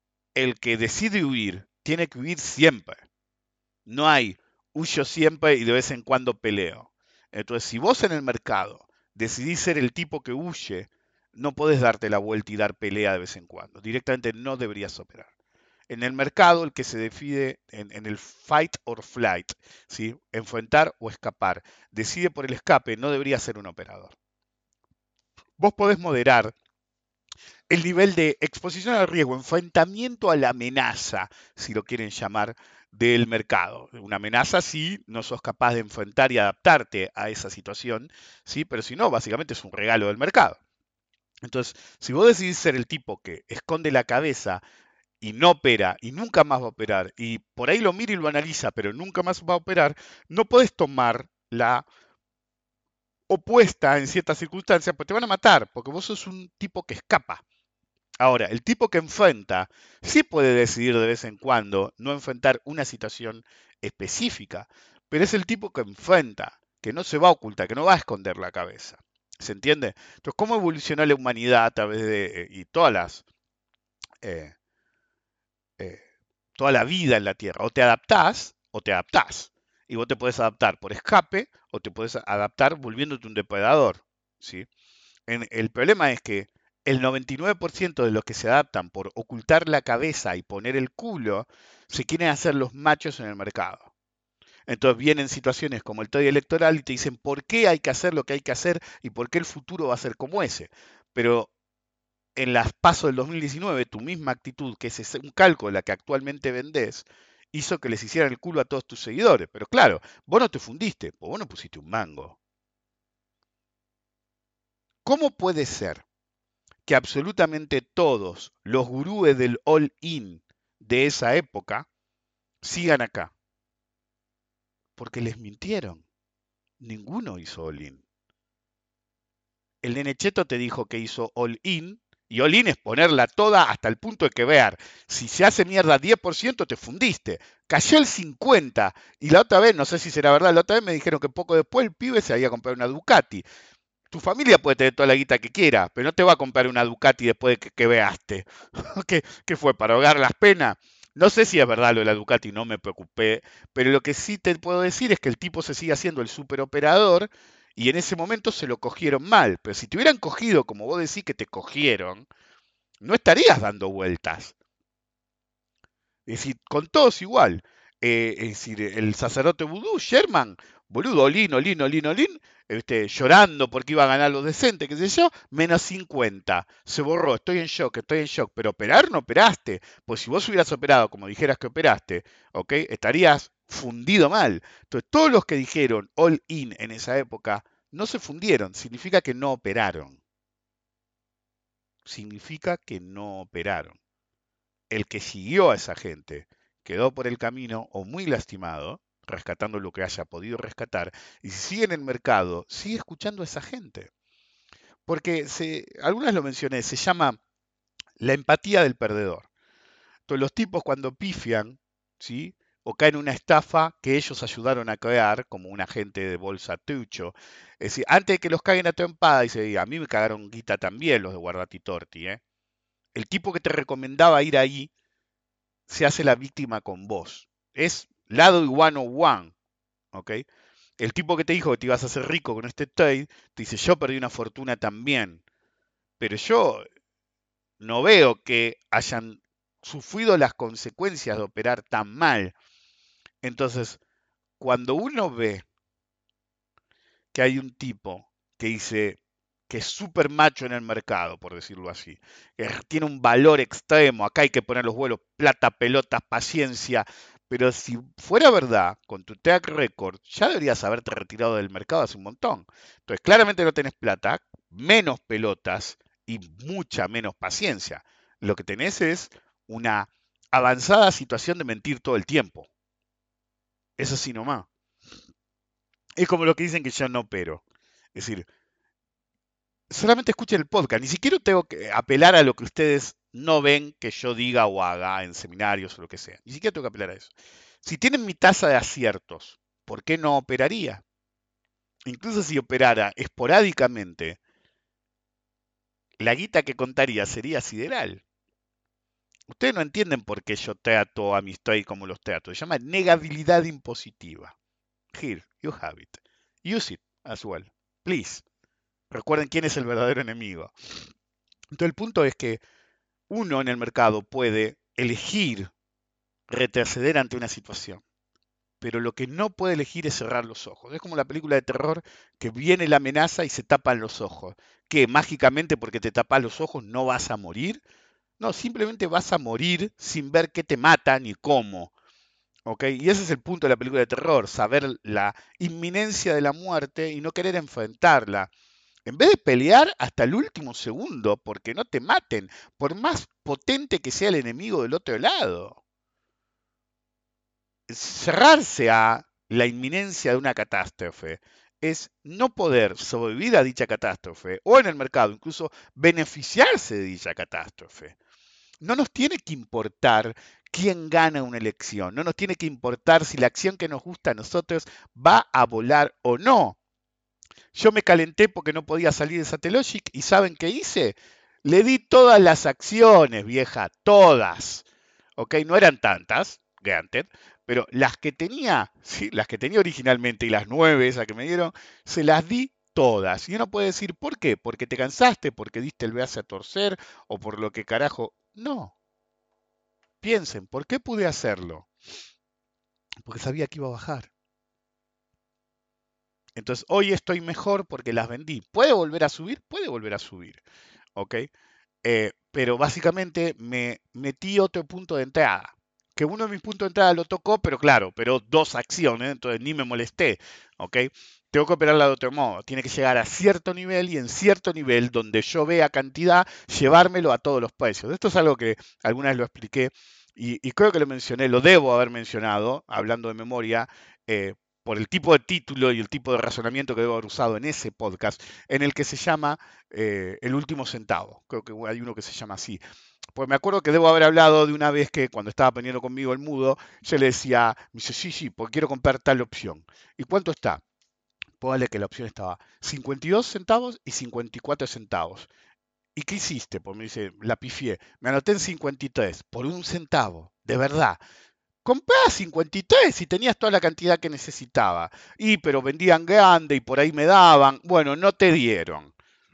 el que decide huir tiene que huir siempre. No hay huyo siempre y de vez en cuando peleo. Entonces, si vos en el mercado decidís ser el tipo que huye, no podés darte la vuelta y dar pelea de vez en cuando. Directamente no deberías operar. En el mercado, el que se decide en, en el fight or flight, ¿sí? Enfrentar o escapar, decide por el escape, no debería ser un operador. Vos podés moderar el nivel de exposición al riesgo, enfrentamiento a la amenaza, si lo quieren llamar, del mercado. Una amenaza si no sos capaz de enfrentar y adaptarte a esa situación, ¿sí? Pero si no, básicamente es un regalo del mercado. Entonces, si vos decidís ser el tipo que esconde la cabeza y no opera y nunca más va a operar, y por ahí lo mira y lo analiza, pero nunca más va a operar, no podés tomar la opuesta en ciertas circunstancias, pues te van a matar, porque vos sos un tipo que escapa. Ahora, el tipo que enfrenta sí puede decidir de vez en cuando no enfrentar una situación específica, pero es el tipo que enfrenta, que no se va a ocultar, que no va a esconder la cabeza. ¿Se entiende? Entonces, ¿cómo evolucionó la humanidad a través de, eh, y todas las, eh, eh, toda la vida en la Tierra? O te adaptás o te adaptás. Y vos te puedes adaptar por escape o te puedes adaptar volviéndote un depredador. ¿Sí? En- el problema es que el noventa y nueve por ciento de los que se adaptan por ocultar la cabeza y poner el culo, se quieren hacer los machos en el mercado. Entonces vienen situaciones como el toy electoral y te dicen por qué hay que hacer lo que hay que hacer y por qué el futuro va a ser como ese. Pero en las pasos del dos mil diecinueve, tu misma actitud, que es un calco de la que actualmente vendés, hizo que les hicieran el culo a todos tus seguidores. Pero claro, vos no te fundiste, vos no pusiste un mango. ¿Cómo puede ser que absolutamente todos los gurúes del all-in de esa época sigan acá? Porque les mintieron. Ninguno hizo all-in. El nene Cheto te dijo que hizo all-in, y all-in es ponerla toda hasta el punto de que vean. Si se hace mierda diez por ciento, te fundiste. Cayó el cincuenta por ciento. Y la otra vez, no sé si será verdad, la otra vez me dijeron que poco después el pibe se había a comprar una Ducati. Tu familia puede tener toda la guita que quiera, pero no te va a comprar una Ducati después de que, que veaste. ¿Qué, ¿Qué fue? ¿Para ahogar las penas? No sé si es verdad lo de la Ducati, no me preocupé, pero lo que sí te puedo decir es que el tipo se sigue haciendo el superoperador y en ese momento se lo cogieron mal. Pero si te hubieran cogido como vos decís que te cogieron, no estarías dando vueltas. Es decir, con todos igual. Eh, es decir, el sacerdote vudú, Sherman, boludo, Olin, Olin, Olin, Olin, este, llorando porque iba a ganar lo decente, qué sé yo, menos cincuenta. Se borró, estoy en shock, estoy en shock. Pero operar no operaste. Pues si vos hubieras operado como dijeras que operaste, ¿ok? Estarías fundido mal. Entonces, todos los que dijeron all in en esa época no se fundieron. Significa que no operaron. Significa que no operaron. el que siguió a esa gente quedó por el camino o muy lastimado, rescatando lo que haya podido rescatar, y si sigue en el mercado, sigue escuchando a esa gente. Porque se, algunas lo mencioné, se llama la empatía del perdedor. Entonces los tipos cuando pifian, ¿sí? O caen en una estafa que ellos ayudaron a crear, como un agente de bolsa trucho. Es decir, antes de que los caguen a trompada, dice, a mí me cagaron guita también los de Guardati Torti, ¿eh? El tipo que te recomendaba ir ahí se hace la víctima con vos. Es lado one oh one, ¿ok? El tipo que te dijo que te ibas a hacer rico con este trade, te dice, yo perdí una fortuna también, pero yo no veo que hayan sufrido las consecuencias de operar tan mal. Entonces, cuando uno ve que hay un tipo que dice que es súper macho en el mercado, por decirlo así, que tiene un valor extremo, acá hay que poner los vuelos, plata, pelotas, paciencia, pero si fuera verdad, con tu track record, ya deberías haberte retirado del mercado hace un montón. Entonces, claramente no tenés plata, menos pelotas y mucha menos paciencia. Lo que tenés es una avanzada situación de mentir todo el tiempo. Eso sí nomás. Es como lo que dicen que yo no opero. Es decir, solamente escuchen el podcast. Ni siquiera tengo que apelar a lo que ustedes no ven que yo diga o haga en seminarios o lo que sea. Ni siquiera tengo que apelar a eso. Si tienen mi tasa de aciertos, ¿por qué no operaría? Incluso si operara esporádicamente, la guita que contaría sería sideral. Ustedes no entienden por qué yo trato a mis trades como los trato. Se llama negabilidad impositiva. Here, you have it. Use it as well. Please. Recuerden quién es el verdadero enemigo. Entonces el punto es que uno en el mercado puede elegir retroceder ante una situación, pero lo que no puede elegir es cerrar los ojos. Es como la película de terror que viene la amenaza y se tapan los ojos. ¿Qué? ¿Mágicamente porque te tapas los ojos no vas a morir? No, simplemente vas a morir sin ver qué te mata ni cómo. ¿Ok? Y ese es el punto de la película de terror, saber la inminencia de la muerte y no querer enfrentarla. En vez de pelear hasta el último segundo, porque no te maten, por más potente que sea el enemigo del otro lado. Cerrarse a la inminencia de una catástrofe es no poder sobrevivir a dicha catástrofe o en el mercado incluso beneficiarse de dicha catástrofe. No nos tiene que importar quién gana una elección, no nos tiene que importar si la acción que nos gusta a nosotros va a volar o no. Yo me calenté porque no podía salir de Satellogic y ¿saben qué hice? Le di todas las acciones, vieja, todas. ¿Ok? No eran tantas, granted, pero las que tenía, ¿sí? Las que tenía originalmente y las nueve esas que me dieron, se las di todas. Y uno puede decir, ¿por qué? ¿Porque te cansaste? ¿Porque diste el brazo a torcer? ¿O por lo que carajo? No. Piensen, ¿por qué pude hacerlo? Porque sabía que iba a bajar. Entonces, hoy estoy mejor porque las vendí. ¿Puede volver a subir? Puede volver a subir. ¿Ok? Eh, pero básicamente me metí otro punto de entrada. Que uno de mis puntos de entrada lo tocó, pero claro, pero dos acciones, entonces ni me molesté. ¿Ok? Tengo que operarla de otro modo. Tiene que llegar a cierto nivel y en cierto nivel donde yo vea cantidad, llevármelo a todos los precios. Esto es algo que alguna vez lo expliqué y, y creo que lo mencioné, lo debo haber mencionado, hablando de memoria, eh, por el tipo de título y el tipo de razonamiento que debo haber usado en ese podcast, en el que se llama eh, El último centavo. Creo que hay uno que se llama así. Pues me acuerdo que debo haber hablado de una vez que cuando estaba aprendiendo conmigo el mudo, yo le decía, me dice, sí, sí, porque quiero comprar tal opción. ¿Y cuánto está? Póngale que la opción estaba cincuenta y dos centavos y cincuenta y cuatro centavos. ¿Y qué hiciste? Pues me dice, la pifié. Me anoté en cincuenta y tres, por un centavo, de verdad. Compré a cincuenta y tres y tenías toda la cantidad que necesitaba. Y pero vendían grande y por ahí me daban. Bueno, no te dieron.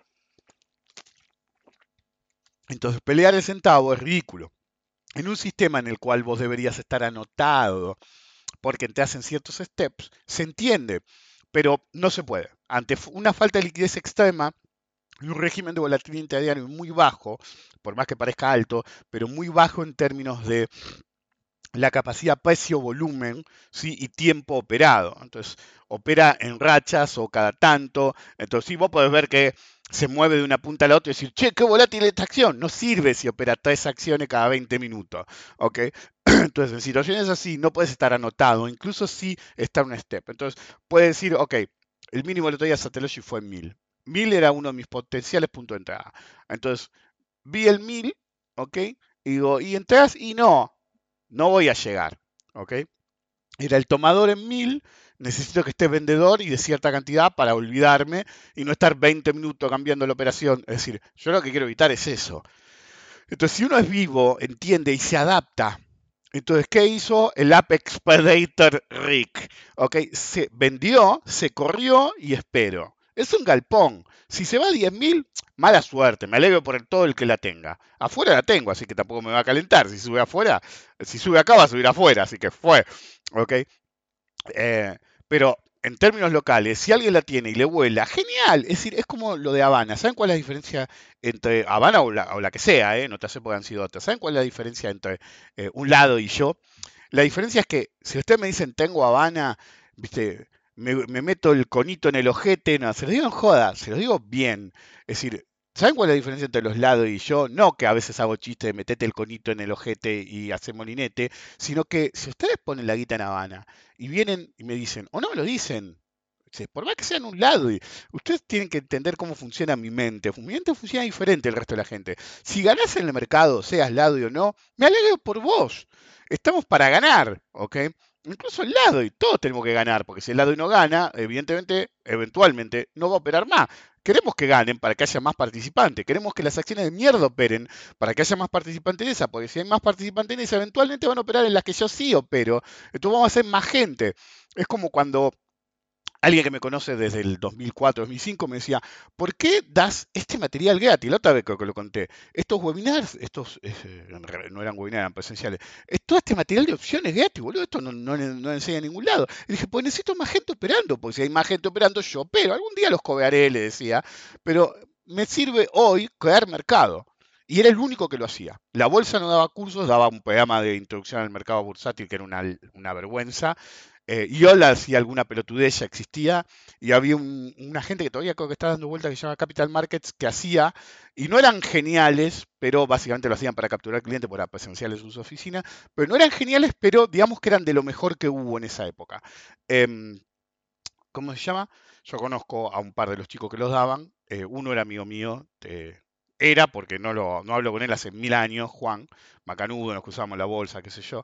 Entonces pelear el centavo es ridículo. En un sistema en el cual vos deberías estar anotado porque te hacen ciertos steps, se entiende, pero no se puede. Ante una falta de liquidez extrema y un régimen de volatilidad intradiario muy bajo, por más que parezca alto, pero muy bajo en términos de la capacidad precio-volumen, ¿sí? Y tiempo operado. Entonces, opera en rachas o cada tanto. Entonces, sí, vos podés ver que se mueve de una punta a la otra y decir, che, qué volátil esta acción. No sirve si opera tres acciones cada veinte minutos. ¿Ok? Entonces, en situaciones así, no puedes estar anotado, incluso si está un step. Entonces, puedes decir, ok, el mínimo del otro día Satoshi fue mil. Mil era uno de mis potenciales puntos de entrada. Entonces, vi el mil, ¿ok? Y digo, ¿y entras? Y no, no voy a llegar, ¿ok? Era el tomador en mil, necesito que esté vendedor y de cierta cantidad para olvidarme y no estar veinte minutos cambiando la operación. Es decir, yo lo que quiero evitar es eso. Entonces, si uno es vivo, entiende y se adapta. Entonces, ¿qué hizo el Apex Predator Rick? ¿Ok? Se vendió, se corrió y espero. Es un galpón. Si se va a diez mil, mala suerte. Me alegro por todo el que la tenga. Afuera la tengo, así que tampoco me va a calentar. Si sube afuera, si sube acá va a subir afuera, así que fue. ¿Ok? Eh, pero en términos locales, si alguien la tiene y le vuela, genial. Es decir, es como lo de Habana. ¿Saben cuál es la diferencia entre Habana o la, o la que sea? Eh? No te hace porque han sido otras. ¿Saben cuál es la diferencia entre eh, un lado y yo? La diferencia es que si ustedes me dicen tengo Habana, viste, me, me meto el conito en el ojete, no, se los digo en joda, se los digo bien. Es decir, ¿saben cuál es la diferencia entre los lados y yo? No que a veces hago chiste de metete el conito en el ojete y hace molinete, sino que si ustedes ponen la guita en Habana y vienen y me dicen, o no me lo dicen, dice, por más que sean un lado, y ustedes tienen que entender cómo funciona mi mente. Mi mente funciona diferente al resto de la gente. Si ganás en el mercado, seas lado o no, me alegro por vos. Estamos para ganar, ¿ok? Incluso el lado y todos tenemos que ganar, porque si el lado y no gana, evidentemente, eventualmente, no va a operar más. Queremos que ganen para que haya más participantes. Queremos que las acciones de mierda operen para que haya más participantes en esa, porque si hay más participantes en esa, eventualmente van a operar en las que yo sí opero. Entonces vamos a ser más gente. Es como cuando alguien que me conoce desde el dos mil cuatro, dos mil cinco me decía, ¿por qué das este material gratis? La otra vez creo que lo conté. Estos webinars, estos eh, no eran webinars, eran presenciales. Es todo este material de opciones gratis, boludo. Esto no, no, no enseña en ningún lado. Y dije, pues necesito más gente operando, porque si hay más gente operando, yo opero. Algún día los cobraré, le decía. Pero me sirve hoy crear mercado. Y era el único que lo hacía. La bolsa no daba cursos, daba un programa de introducción al mercado bursátil que era una, una vergüenza. Eh, Iola hacía alguna pelotudez, ya existía, y había un, una gente que todavía creo que está dando vueltas que se llama Capital Markets, que hacía, y no eran geniales, pero básicamente lo hacían para capturar clientes, para presenciales en su oficina, pero no eran geniales, pero digamos que eran de lo mejor que hubo en esa época. Eh, ¿Cómo se llama? Yo conozco a un par de los chicos que los daban, eh, uno era amigo mío, eh, era porque no, lo, no hablo con él hace mil años, Juan, macanudo, nos cruzamos la bolsa, qué sé yo.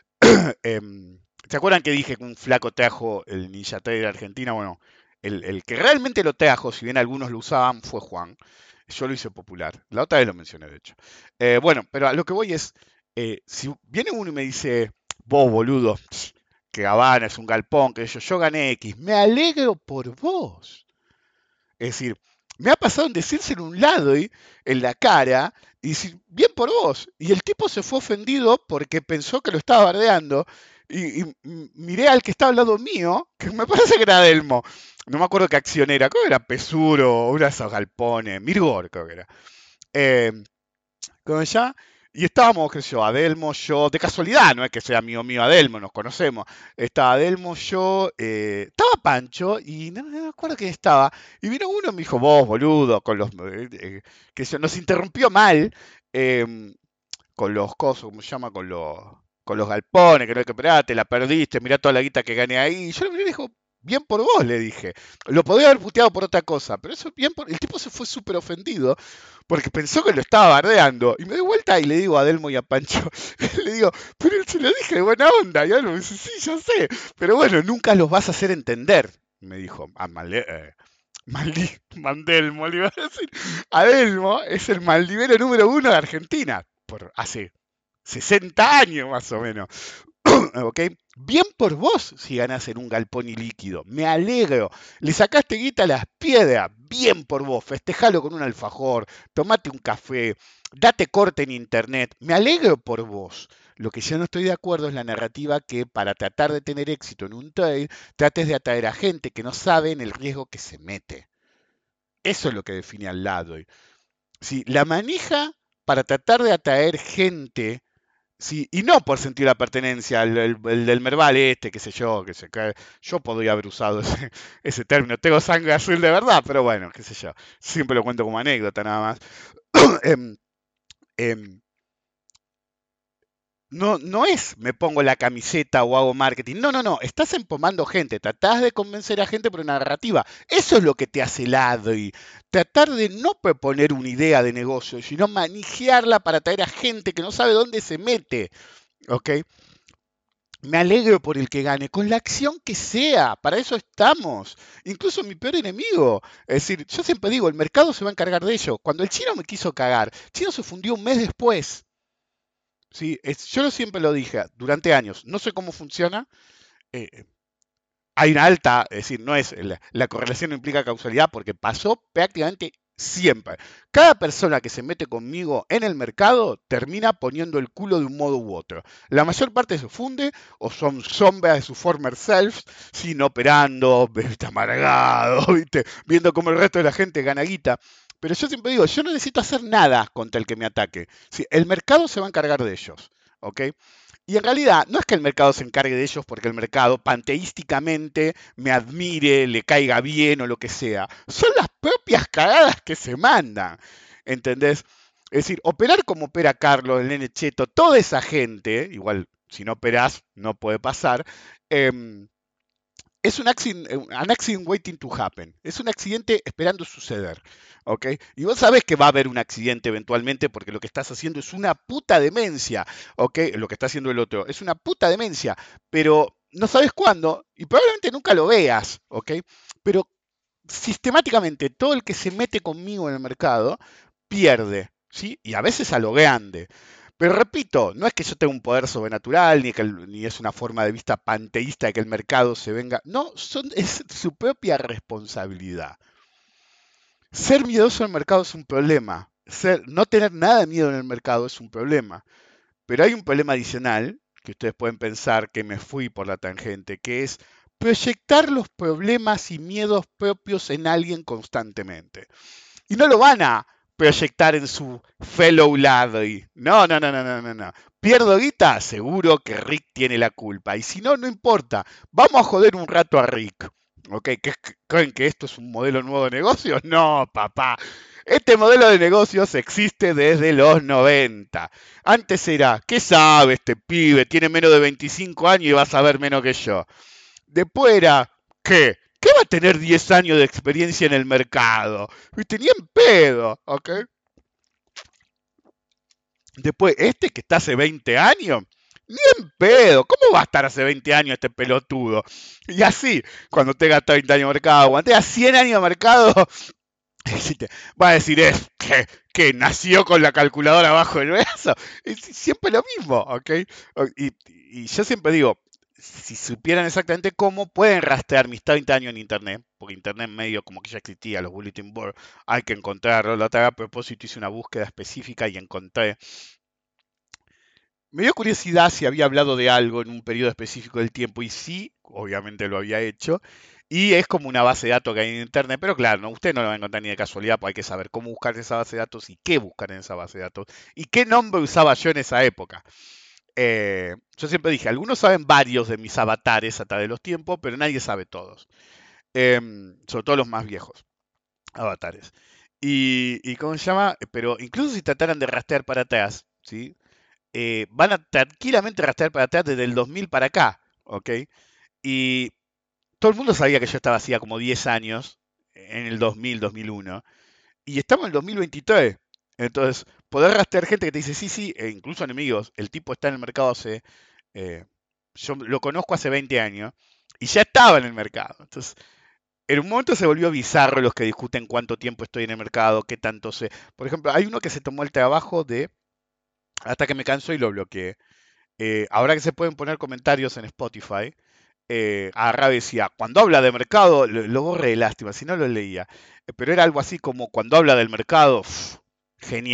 Em, ¿Se acuerdan que dije que un flaco trajo el Ninja Trader de Argentina? Bueno, el, el que realmente lo trajo, si bien algunos lo usaban, fue Juan. Yo lo hice popular. La otra vez lo mencioné, de hecho. Eh, bueno, pero a lo que voy es, eh, si viene uno y me dice, vos boludo, que Habana es un galpón, que yo, yo gané X, me alegro por vos. Es decir, me ha pasado en decírselo un lado y en la cara y decir, bien por vos. Y el tipo se fue ofendido porque pensó que lo estaba bardeando. Y, y miré al que estaba al lado mío, que me parece que era Delmo. No me acuerdo qué acción era, creo que era Pesuro, una de esos galpones, Mirgor creo que era. Eh, ¿Cómo se llama? Y estábamos, qué sé yo, Adelmo, yo, de casualidad, no es que sea amigo mío Adelmo, nos conocemos. Estaba Adelmo, yo, eh, estaba Pancho y no, no me acuerdo quién estaba. Y vino uno y me dijo, vos, boludo, con los, eh, eh, que se nos interrumpió mal, eh, con los cosos, ¿cómo se llama? Con los, con los galpones, que no hay que operar, te la perdiste, mirá toda la guita que gané ahí. Y yo le dijo, bien por vos, le dije. Lo podía haber puteado por otra cosa, pero eso bien por... El tipo se fue súper ofendido porque pensó que lo estaba bardeando. Y me doy vuelta y le digo a Delmo y a Pancho, le digo, pero él se lo dije de buena onda. Y Adelmo me dice, sí, yo sé. Pero bueno, nunca los vas a hacer entender, me dijo. Ah, mal, eh, Maldi, Mandelmo, le iba a decir. Adelmo es el maldivero número uno de Argentina. Por hace sesenta años más o menos. ¿Ok? Bien por vos si ganás en un galpón ilíquido. Me alegro. Le sacaste guita a las piedras. Bien por vos. Festejalo con un alfajor. Tomate un café. Date corte en internet. Me alegro por vos. Lo que yo no estoy de acuerdo es la narrativa que para tratar de tener éxito en un trade, trates de atraer a gente que no sabe en el riesgo que se mete. Eso es lo que define al lado. Si la manija para tratar de atraer gente Sí, y no por sentir la pertenencia, el, el- el del Merval este, qué sé yo, que se cae. Yo podría haber usado ese, ese término. Tengo sangre azul de verdad, pero bueno, qué sé yo. Siempre lo cuento como anécdota nada más. Em, em, no, no es me pongo la camiseta o hago marketing. No, no, no. Estás empomando gente. Tratás de convencer a gente por una narrativa. Eso es lo que te hace ladri. Tratar de no proponer una idea de negocio, sino manejarla para atraer a gente que no sabe dónde se mete. ¿Ok? Me alegro por el que gane, con la acción que sea, para eso estamos. Incluso mi peor enemigo. Es decir, yo siempre digo, el mercado se va a encargar de ello. Cuando el chino me quiso cagar, chino se fundió un mes después. ¿Sí? Es- yo lo siempre lo dije durante años. No sé cómo funciona. eh, Hay una alta, es decir, no es la, la correlación no implica causalidad porque pasó prácticamente siempre. Cada persona que se mete conmigo en el mercado termina poniendo el culo de un modo u otro. La mayor parte se funde o son sombras de su former self, sin operando, ¿viste? Amargado, ¿viste? Viendo cómo el resto de la gente gana guita. Pero yo siempre digo, yo no necesito hacer nada contra el que me ataque. Sí, el mercado se va a encargar de ellos. ¿Ok? Y en realidad no es que el mercado se encargue de ellos porque el mercado panteísticamente me admire, le caiga bien o lo que sea. Son las propias cagadas que se mandan. ¿Entendés? Es decir, operar como opera Carlos, el Nene Cheto, toda esa gente, igual si no operás no puede pasar, em, es un accident, an accident waiting to happen. Es un accidente esperando suceder. ¿Ok? Y vos sabés que va a haber un accidente eventualmente porque lo que estás haciendo es una puta demencia. ¿Ok? Lo que está haciendo el otro es una puta demencia. Pero no sabes cuándo y probablemente nunca lo veas. ¿Ok? Pero sistemáticamente todo el que se mete conmigo en el mercado pierde, ¿sí? Y a veces a lo grande. Pero repito, no es que yo tenga un poder sobrenatural, ni, que el- ni es una forma de vista panteísta de que el mercado se venga. No, son, es su propia responsabilidad. Ser miedoso en el mercado es un problema. Ser, no tener nada de miedo en el mercado es un problema. Pero hay un problema adicional que ustedes pueden pensar que me fui por la tangente, que es proyectar los problemas y miedos propios en alguien constantemente. Y no lo van a proyectar en su fellow ladry. No, no, no, no, no, no, no. ¿Pierdo guita? Seguro que Rick tiene la culpa. Y si no, no importa. Vamos a joder un rato a Rick. ¿Ok? ¿Qué- ¿Creen que esto es un modelo nuevo de negocio? No, papá. Este modelo de negocios existe desde los noventa. Antes era, ¿qué sabe este pibe? Tiene menos de veinticinco años y va a saber menos que yo. Después era, ¿qué? ¿Qué va a tener diez años de experiencia en el mercado? ¿Viste? Ni en pedo, ¿ok? Después, este que está hace veinte años, ni en pedo. ¿Cómo va a estar hace veinte años este pelotudo? Y así, cuando tenga treinta años de mercado, cuando tenga cien años de mercado, va a decir, es que, que nació con la calculadora bajo el brazo. Es siempre lo mismo, ¿ok? Y, y yo siempre digo, si supieran exactamente cómo, pueden rastrear mis treinta años en Internet, porque Internet medio como que ya existía, los bulletin board, hay que encontrarlo. La otra vez a propósito hice una búsqueda específica y encontré. Me dio curiosidad si había hablado de algo en un periodo específico del tiempo y sí, obviamente lo había hecho. Y es como una base de datos que hay en Internet, pero claro, no, usted no lo va a encontrar ni de casualidad, pues hay que saber cómo buscar esa base de datos y qué buscar en esa base de datos y qué nombre usaba yo en esa época. Eh, yo siempre dije, algunos saben varios de mis avatares a través de los tiempos, pero nadie sabe todos. Em, sobre todo los más viejos avatares. Y, y ¿cómo se llama? Pero incluso si trataran de rastrear para atrás, ¿sí? Eh, van a tranquilamente rastrear para atrás desde el dos mil para acá, ¿ok? Y todo el mundo sabía que yo estaba hacía como diez años, en el dos mil, dos mil uno, y estamos en el dos mil veintitrés. Entonces, poder rastrear gente que te dice, sí, sí, e incluso enemigos, el tipo está en el mercado hace, eh, yo lo conozco hace veinte años, y ya estaba en el mercado. Entonces, en un momento se volvió bizarro los que discuten cuánto tiempo estoy en el mercado, qué tanto sé. Por ejemplo, hay uno que se tomó el trabajo de, hasta que me canso y lo bloqueé. Eh, ahora que se pueden poner comentarios en Spotify, eh, agarraba y decía, cuando habla de mercado, lo, lo borré de lástima, si no lo leía. Eh, pero era algo así como, cuando habla del mercado, uf, genial.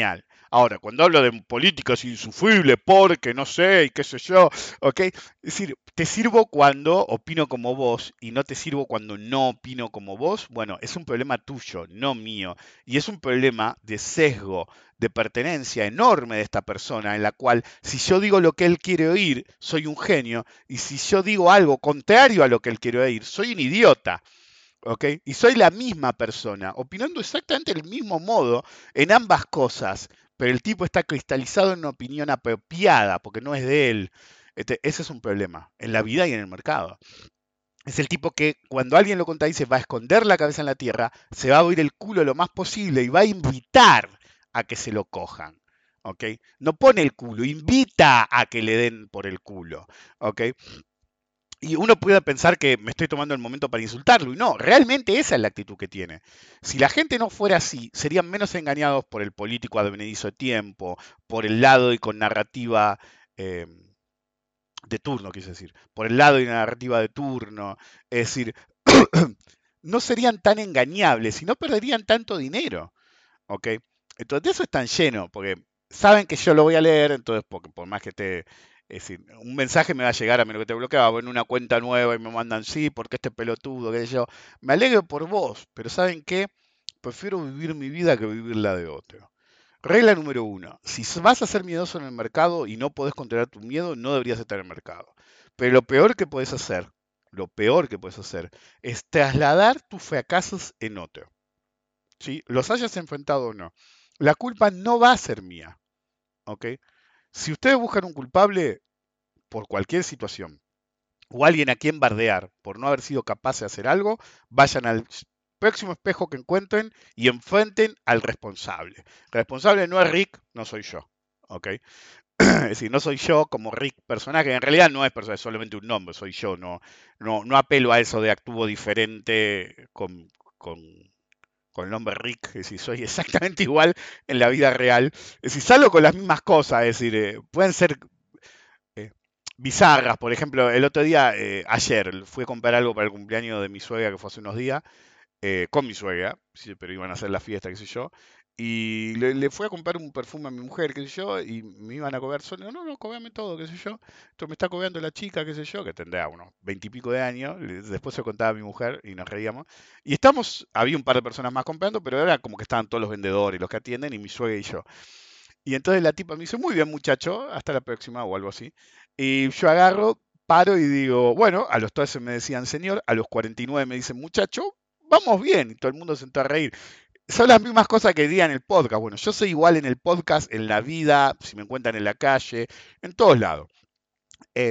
Ahora, cuando hablo de política es insufrible porque no sé y qué sé yo, ¿ok? Es decir, te sirvo cuando opino como vos y no te sirvo cuando no opino como vos. Bueno, es un problema tuyo, no mío. Y es un problema de sesgo, de pertenencia enorme de esta persona, en la cual si yo digo lo que él quiere oír, soy un genio, y si yo digo algo contrario a lo que él quiere oír, soy un idiota. ¿Ok? Y soy la misma persona, opinando exactamente del mismo modo en ambas cosas, pero el tipo está cristalizado en una opinión apropiada, porque no es de él. Este, ese es un problema, en la vida y en el mercado. Es el tipo que cuando alguien lo contradice va a esconder la cabeza en la tierra, se va a abrir el culo lo más posible y va a invitar a que se lo cojan. ¿Ok? No pone el culo, invita a que le den por el culo. ¿Ok? Y uno puede pensar que me estoy tomando el momento para insultarlo, y no, realmente esa es la actitud que tiene. Si la gente no fuera así, serían menos engañados por el político advenedizo de tiempo, por el lado y con narrativa eh, de turno, quise decir, por el lado y narrativa de turno. Es decir, no serían tan engañables y no perderían tanto dinero. ¿Ok? Entonces de eso están llenos, porque saben que yo lo voy a leer, entonces porque por más que esté, es decir, un mensaje me va a llegar a menos que te bloqueaba en una cuenta nueva y me mandan sí, porque este pelotudo, qué sé yo, me alegro por vos, pero ¿saben qué? Prefiero vivir mi vida que vivir la de otro. Regla número uno, si vas a ser miedoso en el mercado y no podés controlar tu miedo, no deberías estar en el mercado. Pero lo peor que puedes hacer, lo peor que puedes hacer, es trasladar tus fracasos en otro. ¿Sí? Los hayas enfrentado o no. La culpa no va a ser mía, ¿ok? Si ustedes buscan un culpable por cualquier situación o alguien a quien bardear por no haber sido capaz de hacer algo, vayan al próximo espejo que encuentren y enfrenten al responsable. El responsable no es Rick, no soy yo, ¿ok? Es decir, no soy yo como Rick personaje, en realidad no es personaje, es solamente un nombre, soy yo, no, no, no apelo a eso de actúo diferente con, con con el nombre Rick, es decir, soy exactamente igual en la vida real. Es decir, salgo con las mismas cosas, es decir, eh, pueden ser eh, bizarras. Por ejemplo, el otro día, eh, ayer, fui a comprar algo para el cumpleaños de mi suegra que fue hace unos días, eh, con mi suegra, sí, pero iban a hacer la fiesta, qué sé yo. Y le, le fui a comprar un perfume a mi mujer, qué sé yo, y me iban a cobrar solo. No, no, cobrame todo, qué sé yo. Entonces me está cobrando la chica, qué sé yo, que tendrá unos veintipico de años. le- Después se lo contaba a mi mujer y nos reíamos. Y estamos, había un par de personas más comprando, pero era como que estaban todos los vendedores, los que atienden, y mi suegra y yo. Y entonces la tipa me dice, muy bien muchacho, hasta la próxima o algo así. Y yo agarro, paro y digo, bueno, a los trece me decían señor, a los cuarenta y nueve me dicen muchacho, vamos bien. Y todo el mundo se sentó a reír. Son las mismas cosas que diría en el podcast. Bueno, yo soy igual en el podcast, en la vida, si me encuentran en la calle, en todos lados. Eh,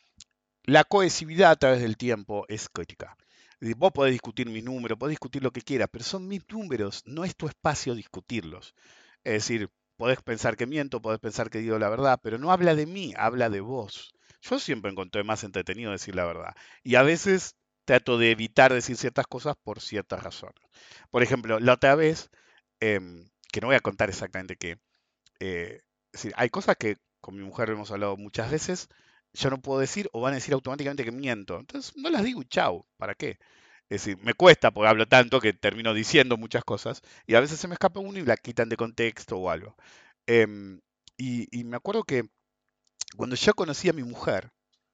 la cohesividad a través del tiempo es crítica. Vos podés discutir mis números, podés discutir lo que quieras, pero son mis números, no es tu espacio discutirlos. Es decir, podés pensar que miento, podés pensar que digo la verdad, pero no habla de mí, habla de vos. Yo siempre encontré más entretenido decir la verdad. Y a veces trato de evitar decir ciertas cosas por ciertas razones. Por ejemplo, la otra vez, em, que no voy a contar exactamente qué, eh, es decir, hay cosas que con mi mujer hemos hablado muchas veces, yo no puedo decir o van a decir automáticamente que miento. Entonces no las digo y chau, ¿para qué? Es decir, me cuesta porque hablo tanto que termino diciendo muchas cosas y a veces se me escapa uno y la quitan de contexto o algo. Em, y, y me acuerdo que cuando yo conocí a mi mujer,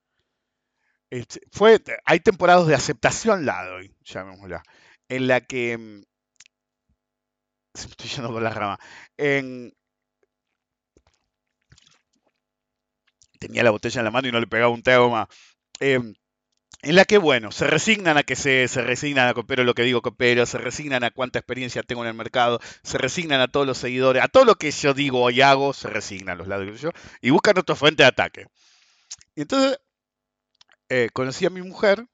este, fue, hay temporadas de aceptación la doy, llamémosla, en la que, em, se me estoy yendo por la rama, en, tenía la botella en la mano y no le pegaba un trago más. Em, en la que, bueno, se resignan a que se, se resignan a coopero lo que digo coopero, se resignan a cuánta experiencia tengo en el mercado, se resignan a todos los seguidores, a todo lo que yo digo y hago, se resignan los lados yo, y buscan otra fuente de ataque. Y entonces eh, conocí a mi mujer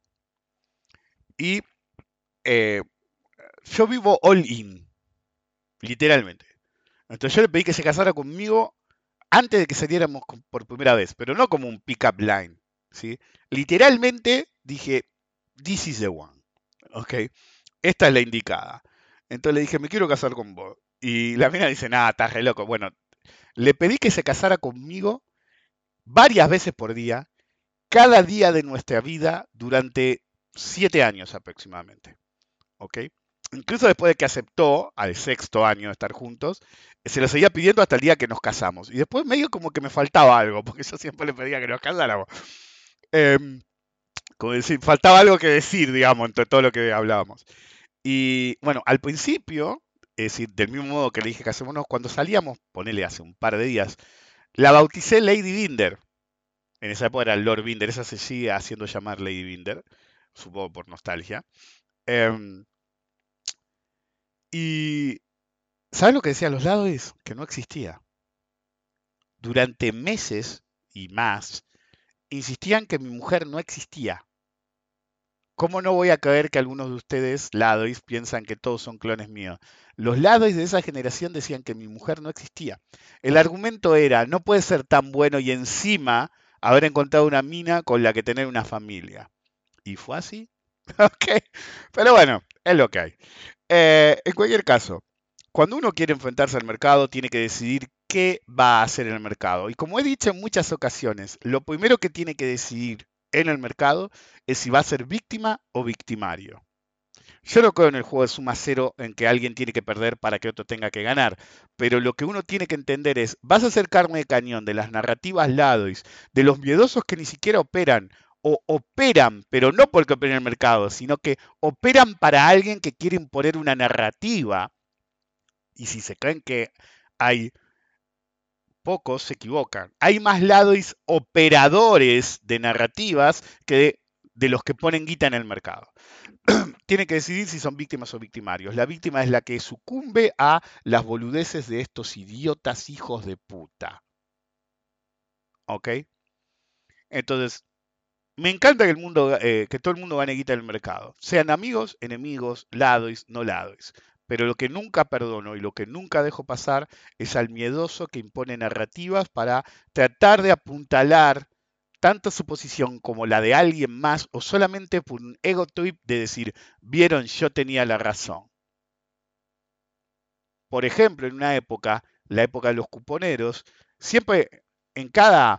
y eh, yo vivo all in, literalmente. Entonces yo le pedí que se casara conmigo antes de que saliéramos por primera vez, pero no como un pick-up line, ¿sí? Literalmente dije, this is the one, ¿ok? Esta es la indicada. Entonces le dije, me quiero casar con vos. Y la mina dice, nada, estás re loco. Bueno, le pedí que se casara conmigo varias veces por día, cada día de nuestra vida, durante siete años aproximadamente. ¿Ok? incluso después de que aceptó, al sexto año de estar juntos, se lo seguía pidiendo hasta el día que nos casamos. Y después medio como que me faltaba algo, porque yo siempre le pedía que nos casáramos. Em, como decir, faltaba algo que decir, digamos, entre todo lo que hablábamos. Y bueno, al principio, es decir, del mismo modo que le dije casémonos, cuando salíamos, ponele hace un par de días, la bauticé Lady Binder. En esa época era Lord Binder, esa se sigue haciendo llamar Lady Binder, supongo por nostalgia. Em, y ¿sabes lo que decía a los lados? Que no existía. Durante meses y más, insistían que mi mujer no existía. ¿Cómo no voy a creer que algunos de ustedes, Ladois, piensan que todos son clones míos? Los Ladois de esa generación decían que mi mujer no existía. El argumento era, no puede ser tan bueno y encima haber encontrado una mina con la que tener una familia. ¿Y fue así? Ok, pero bueno, es lo que hay. Eh, en cualquier caso, cuando uno quiere enfrentarse al mercado, tiene que decidir qué va a hacer en el mercado. Y como he dicho en muchas ocasiones, lo primero que tiene que decidir en el mercado es si va a ser víctima o victimario. Yo no creo en el juego de suma cero en que alguien tiene que perder para que otro tenga que ganar, pero lo que uno tiene que entender es, vas a ser carne de cañón de las narrativas Ladois, de los miedosos que ni siquiera operan, o operan, pero no porque operen en el mercado, sino que operan para alguien que quiere imponer una narrativa. Y si se creen que hay pocos, se equivocan. Hay más Ladois operadores de narrativas que de, de los que ponen guita en el mercado. Tienen que decidir si son víctimas o victimarios. La víctima es la que sucumbe a las boludeces de estos idiotas hijos de puta. ¿Ok? Entonces, me encanta que el mundo, eh, que todo el mundo gane guita en el mercado. Sean amigos, enemigos, ladois, no ladois. Pero lo que nunca perdono y lo que nunca dejo pasar es al miedoso que impone narrativas para tratar de apuntalar tanto su posición como la de alguien más o solamente por un ego trip de decir, vieron, yo tenía la razón. Por ejemplo, en una época, la época de los cuponeros, siempre en cada,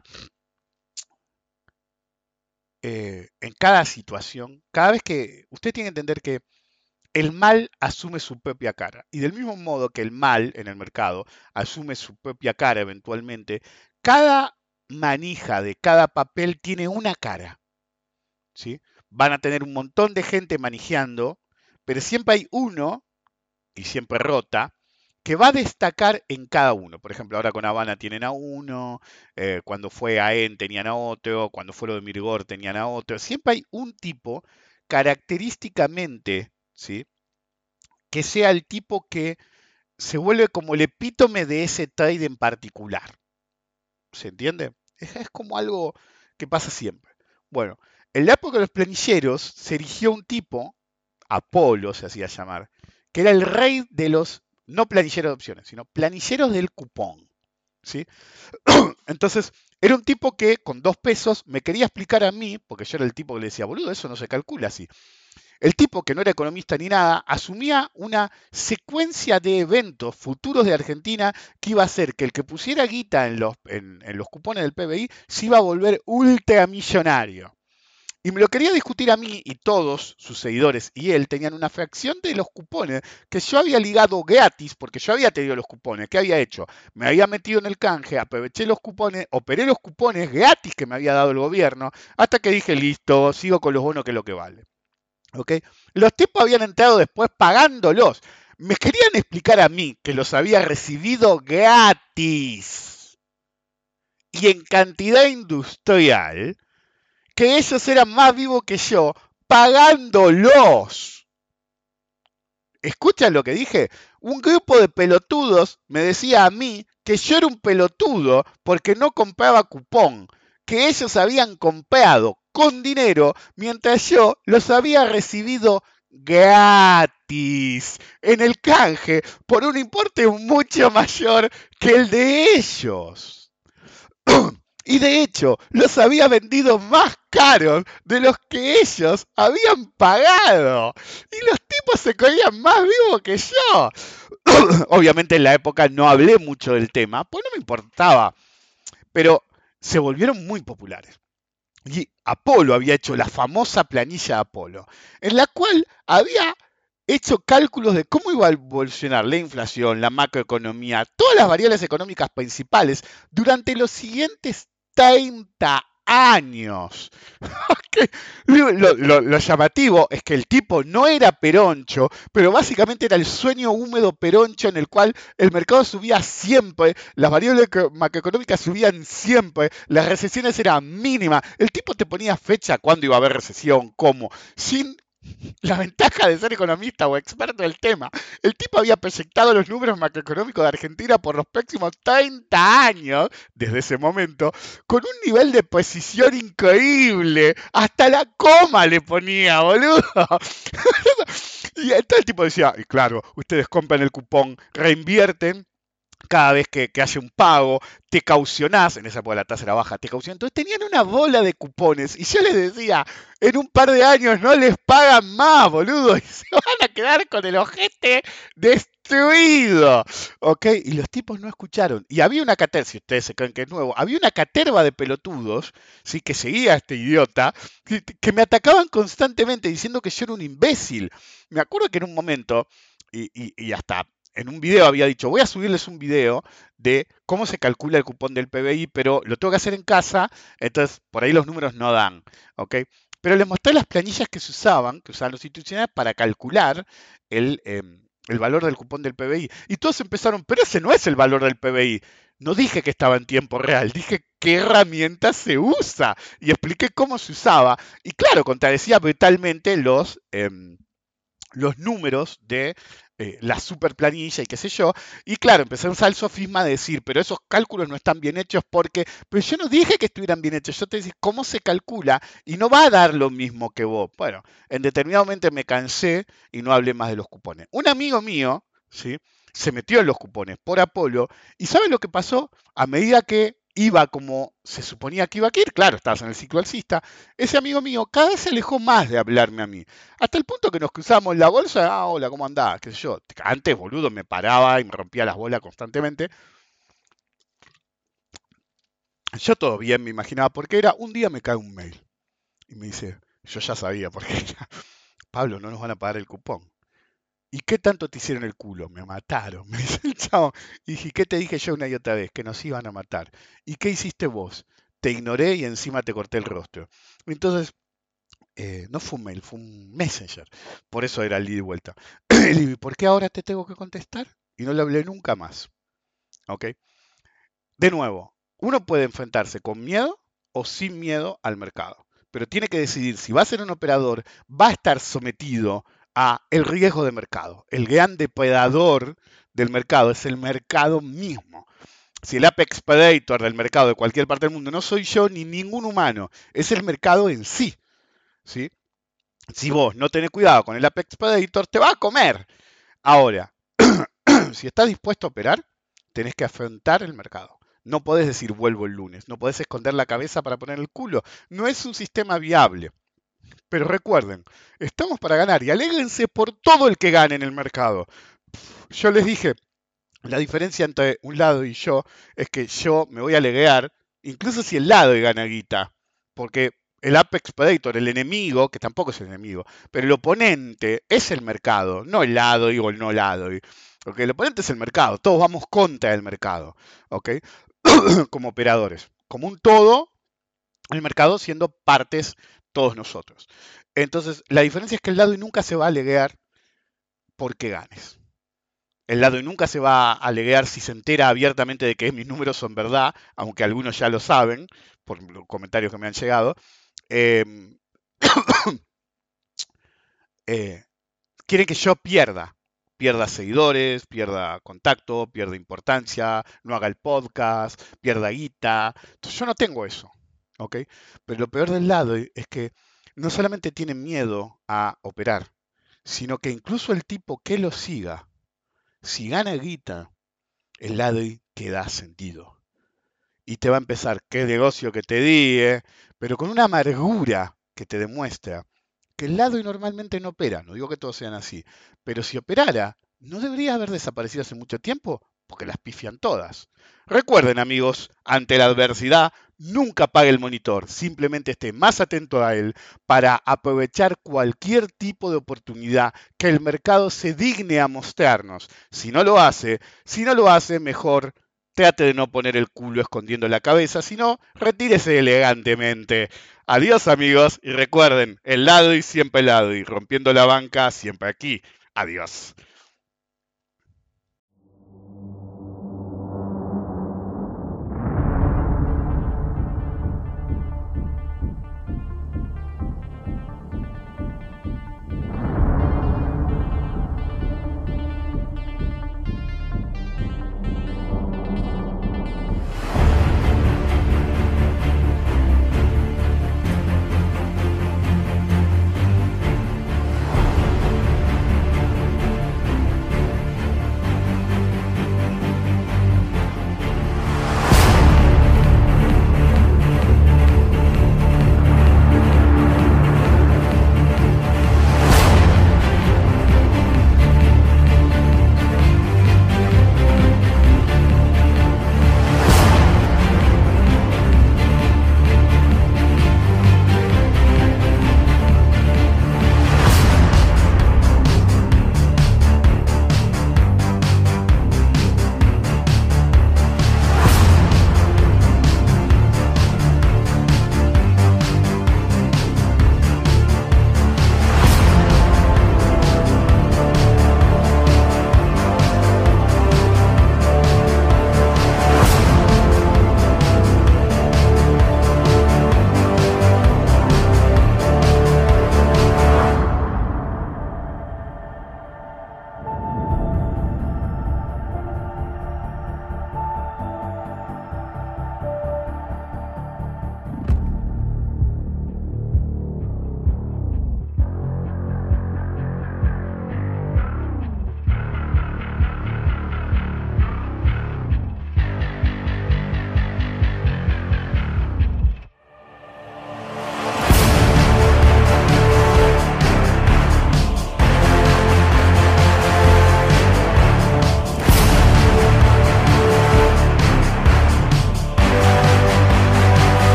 eh, en cada situación, cada vez que usted tiene que entender que el mal asume su propia cara. Y del mismo modo que el mal en el mercado asume su propia cara eventualmente, cada manija de cada papel tiene una cara. ¿Sí? Van a tener un montón de gente manejando, pero siempre hay uno, y siempre rota, que va a destacar en cada uno. Por ejemplo, ahora con Habana tienen a uno, eh, cuando fue a En tenían a otro, cuando fue lo de Mirgor tenían a otro. Siempre hay un tipo característicamente, ¿sí? Que sea el tipo que se vuelve como el epítome de ese trade en particular. ¿Se entiende? Es, es como algo que pasa siempre. Bueno, en la época de los planilleros se erigió un tipo, Apolo se hacía llamar, que era el rey de los, no planilleros de opciones, sino planilleros del cupón. ¿Sí? Entonces, era un tipo que con dos pesos me quería explicar a mí, porque yo era el tipo que le decía, boludo, eso no se calcula así. El tipo, que no era economista ni nada, asumía una secuencia de eventos futuros de Argentina que iba a hacer que el que pusiera guita en los, en, en los cupones del P B I se iba a volver ultramillonario. Y me lo quería discutir a mí y todos sus seguidores y él tenían una fracción de los cupones que yo había ligado gratis porque yo había tenido los cupones. ¿Qué había hecho? Me había metido en el canje, aproveché los cupones, operé los cupones gratis que me había dado el gobierno hasta que dije, listo, sigo con los bonos que es lo que vale. ¿Okay? Los tipos habían entrado después pagándolos. Me querían explicar a mí que los había recibido gratis y en cantidad industrial, que ellos eran más vivos que yo pagándolos. ¿Escuchan lo que dije? Un grupo de pelotudos me decía a mí que yo era un pelotudo porque no compraba cupón, que ellos habían comprado con dinero mientras yo los había recibido gratis en el canje por un importe mucho mayor que el de ellos. Y de hecho, los había vendido más caros de los que ellos habían pagado. Y los tipos se creían más vivos que yo. Obviamente en la época no hablé mucho del tema, pues no me importaba. Pero se volvieron muy populares. Y Apolo había hecho la famosa planilla Apolo, en la cual había hecho cálculos de cómo iba a evolucionar la inflación, la macroeconomía, todas las variables económicas principales durante los siguientes treinta años. Que Lo, lo- lo- lo llamativo es que el tipo no era peroncho, pero básicamente era el sueño húmedo peroncho en el cual el mercado subía siempre, las variables eco- macroeconómicas subían siempre, las recesiones eran mínimas. El tipo te ponía fecha cuándo iba a haber recesión, cómo, sin la ventaja de ser economista o experto del tema. El tipo había proyectado los números macroeconómicos de Argentina por los próximos treinta años, desde ese momento, con un nivel de precisión increíble. Hasta la coma le ponía, boludo. Y entonces el tipo decía, y claro, ustedes compran el cupón, reinvierten cada vez que, que hace un pago, te caucionás, en esa época la tasa era baja, te caucionás. Entonces tenían una bola de cupones y yo les decía, en un par de años no les pagan más, boludo, y se van a quedar con el ojete destruido. ¿Ok? Y los tipos no escucharon. Y había una caterva, si ustedes se creen que es nuevo, había una caterva de pelotudos, ¿sí? Que seguía a este idiota, que, que me atacaban constantemente diciendo que yo era un imbécil. Me acuerdo que en un momento, y, y, y hasta en un video había dicho, voy a subirles un video de cómo se calcula el cupón del P B I, pero lo tengo que hacer en casa, entonces por ahí los números no dan, ¿ok? Pero les mostré las planillas que se usaban, que usaban los institucionales para calcular el, eh, el valor del cupón del P B I. Y todos empezaron, pero ese no es el valor del P B I. No dije que estaba en tiempo real, dije qué herramienta se usa y expliqué cómo se usaba. Y claro, contradecía brutalmente los... Eh, los números de eh, la super planilla y qué sé yo. Y claro, empecé a usar el sofisma de decir, pero esos cálculos no están bien hechos porque, pero yo no dije que estuvieran bien hechos, yo te dije cómo se calcula y no va a dar lo mismo que vos. Bueno, en determinado momento me cansé y no hablé más de los cupones. Un amigo mío, ¿sí? Se metió en los cupones por Apolo y ¿saben lo que pasó? A medida que iba como se suponía que iba a ir, claro, estabas en el ciclo alcista, ese amigo mío cada vez se alejó más de hablarme a mí. Hasta el punto que nos cruzamos la bolsa, ah, hola, ¿cómo andás? ¿Qué sé yo? Antes, boludo, me paraba y me rompía las bolas constantemente. Yo todo bien, me imaginaba por qué era. Un día me cae un mail y me dice, yo ya sabía por qué era. Pablo, no nos van a pagar el cupón. ¿Y qué tanto te hicieron el culo? Me mataron, me dice el chavo. Y dije, ¿qué te dije yo una y otra vez? Que nos iban a matar. ¿Y qué hiciste vos? Te ignoré y encima te corté el rostro. Entonces, eh, no fue un mail, fue un messenger. Por eso era el ida y vuelta. Le digo, ¿por qué ahora te tengo que contestar? Y no le hablé nunca más. ¿Ok? De nuevo, uno puede enfrentarse con miedo o sin miedo al mercado. Pero tiene que decidir si va a ser un operador, va a estar sometido a el riesgo de mercado. El gran depredador del mercado es el mercado mismo. Si el Apex Predator del mercado de cualquier parte del mundo no soy yo ni ningún humano, es el mercado en sí. ¿Sí? Si vos no tenés cuidado con el Apex Predator, te va a comer. Ahora, si estás dispuesto a operar, tenés que afrontar el mercado. No podés decir vuelvo el lunes, no podés esconder la cabeza para poner el culo. No es un sistema viable. Pero recuerden, estamos para ganar y alégrense por todo el que gane en el mercado. Yo les dije, la diferencia entre un lado y yo es que yo me voy a alegar, incluso si el lado gana guita, porque el Apex Predator, el enemigo, que tampoco es el enemigo, pero el oponente es el mercado, no el lado o el no lado. ¿Ok? El oponente es el mercado, todos vamos contra el mercado, ¿ok? Como operadores, como un todo, el mercado siendo partes todos nosotros. Entonces, la diferencia es que el lado y nunca se va a alegar porque ganes. El lado y nunca se va a alegar si se entera abiertamente de que mis números son verdad, aunque algunos ya lo saben, por los comentarios que me han llegado. Eh, eh, quiere que yo pierda, pierda seguidores, pierda contacto, pierda importancia, no haga el podcast, pierda guita. Entonces yo no tengo eso, ¿ok? Pero lo peor del lado es que no solamente tiene miedo a operar, sino que incluso el tipo que lo siga, si gana guita, el lado queda sentido. Y te va a empezar, qué negocio que te di, eh? Pero con una amargura que te demuestra que el lado y normalmente no opera, no digo que todos sean así, pero si operara, ¿no debería haber desaparecido hace mucho tiempo? porque las pifian todas. Recuerden, amigos, ante la adversidad, nunca apague el monitor, simplemente esté más atento a él para aprovechar cualquier tipo de oportunidad que el mercado se digne a mostrarnos. Si no lo hace, si no lo hace, mejor trate de no poner el culo escondiendo la cabeza, sino retírese elegantemente. Adiós, amigos, y recuerden, el lado y siempre el lado, y rompiendo la banca siempre aquí. Adiós.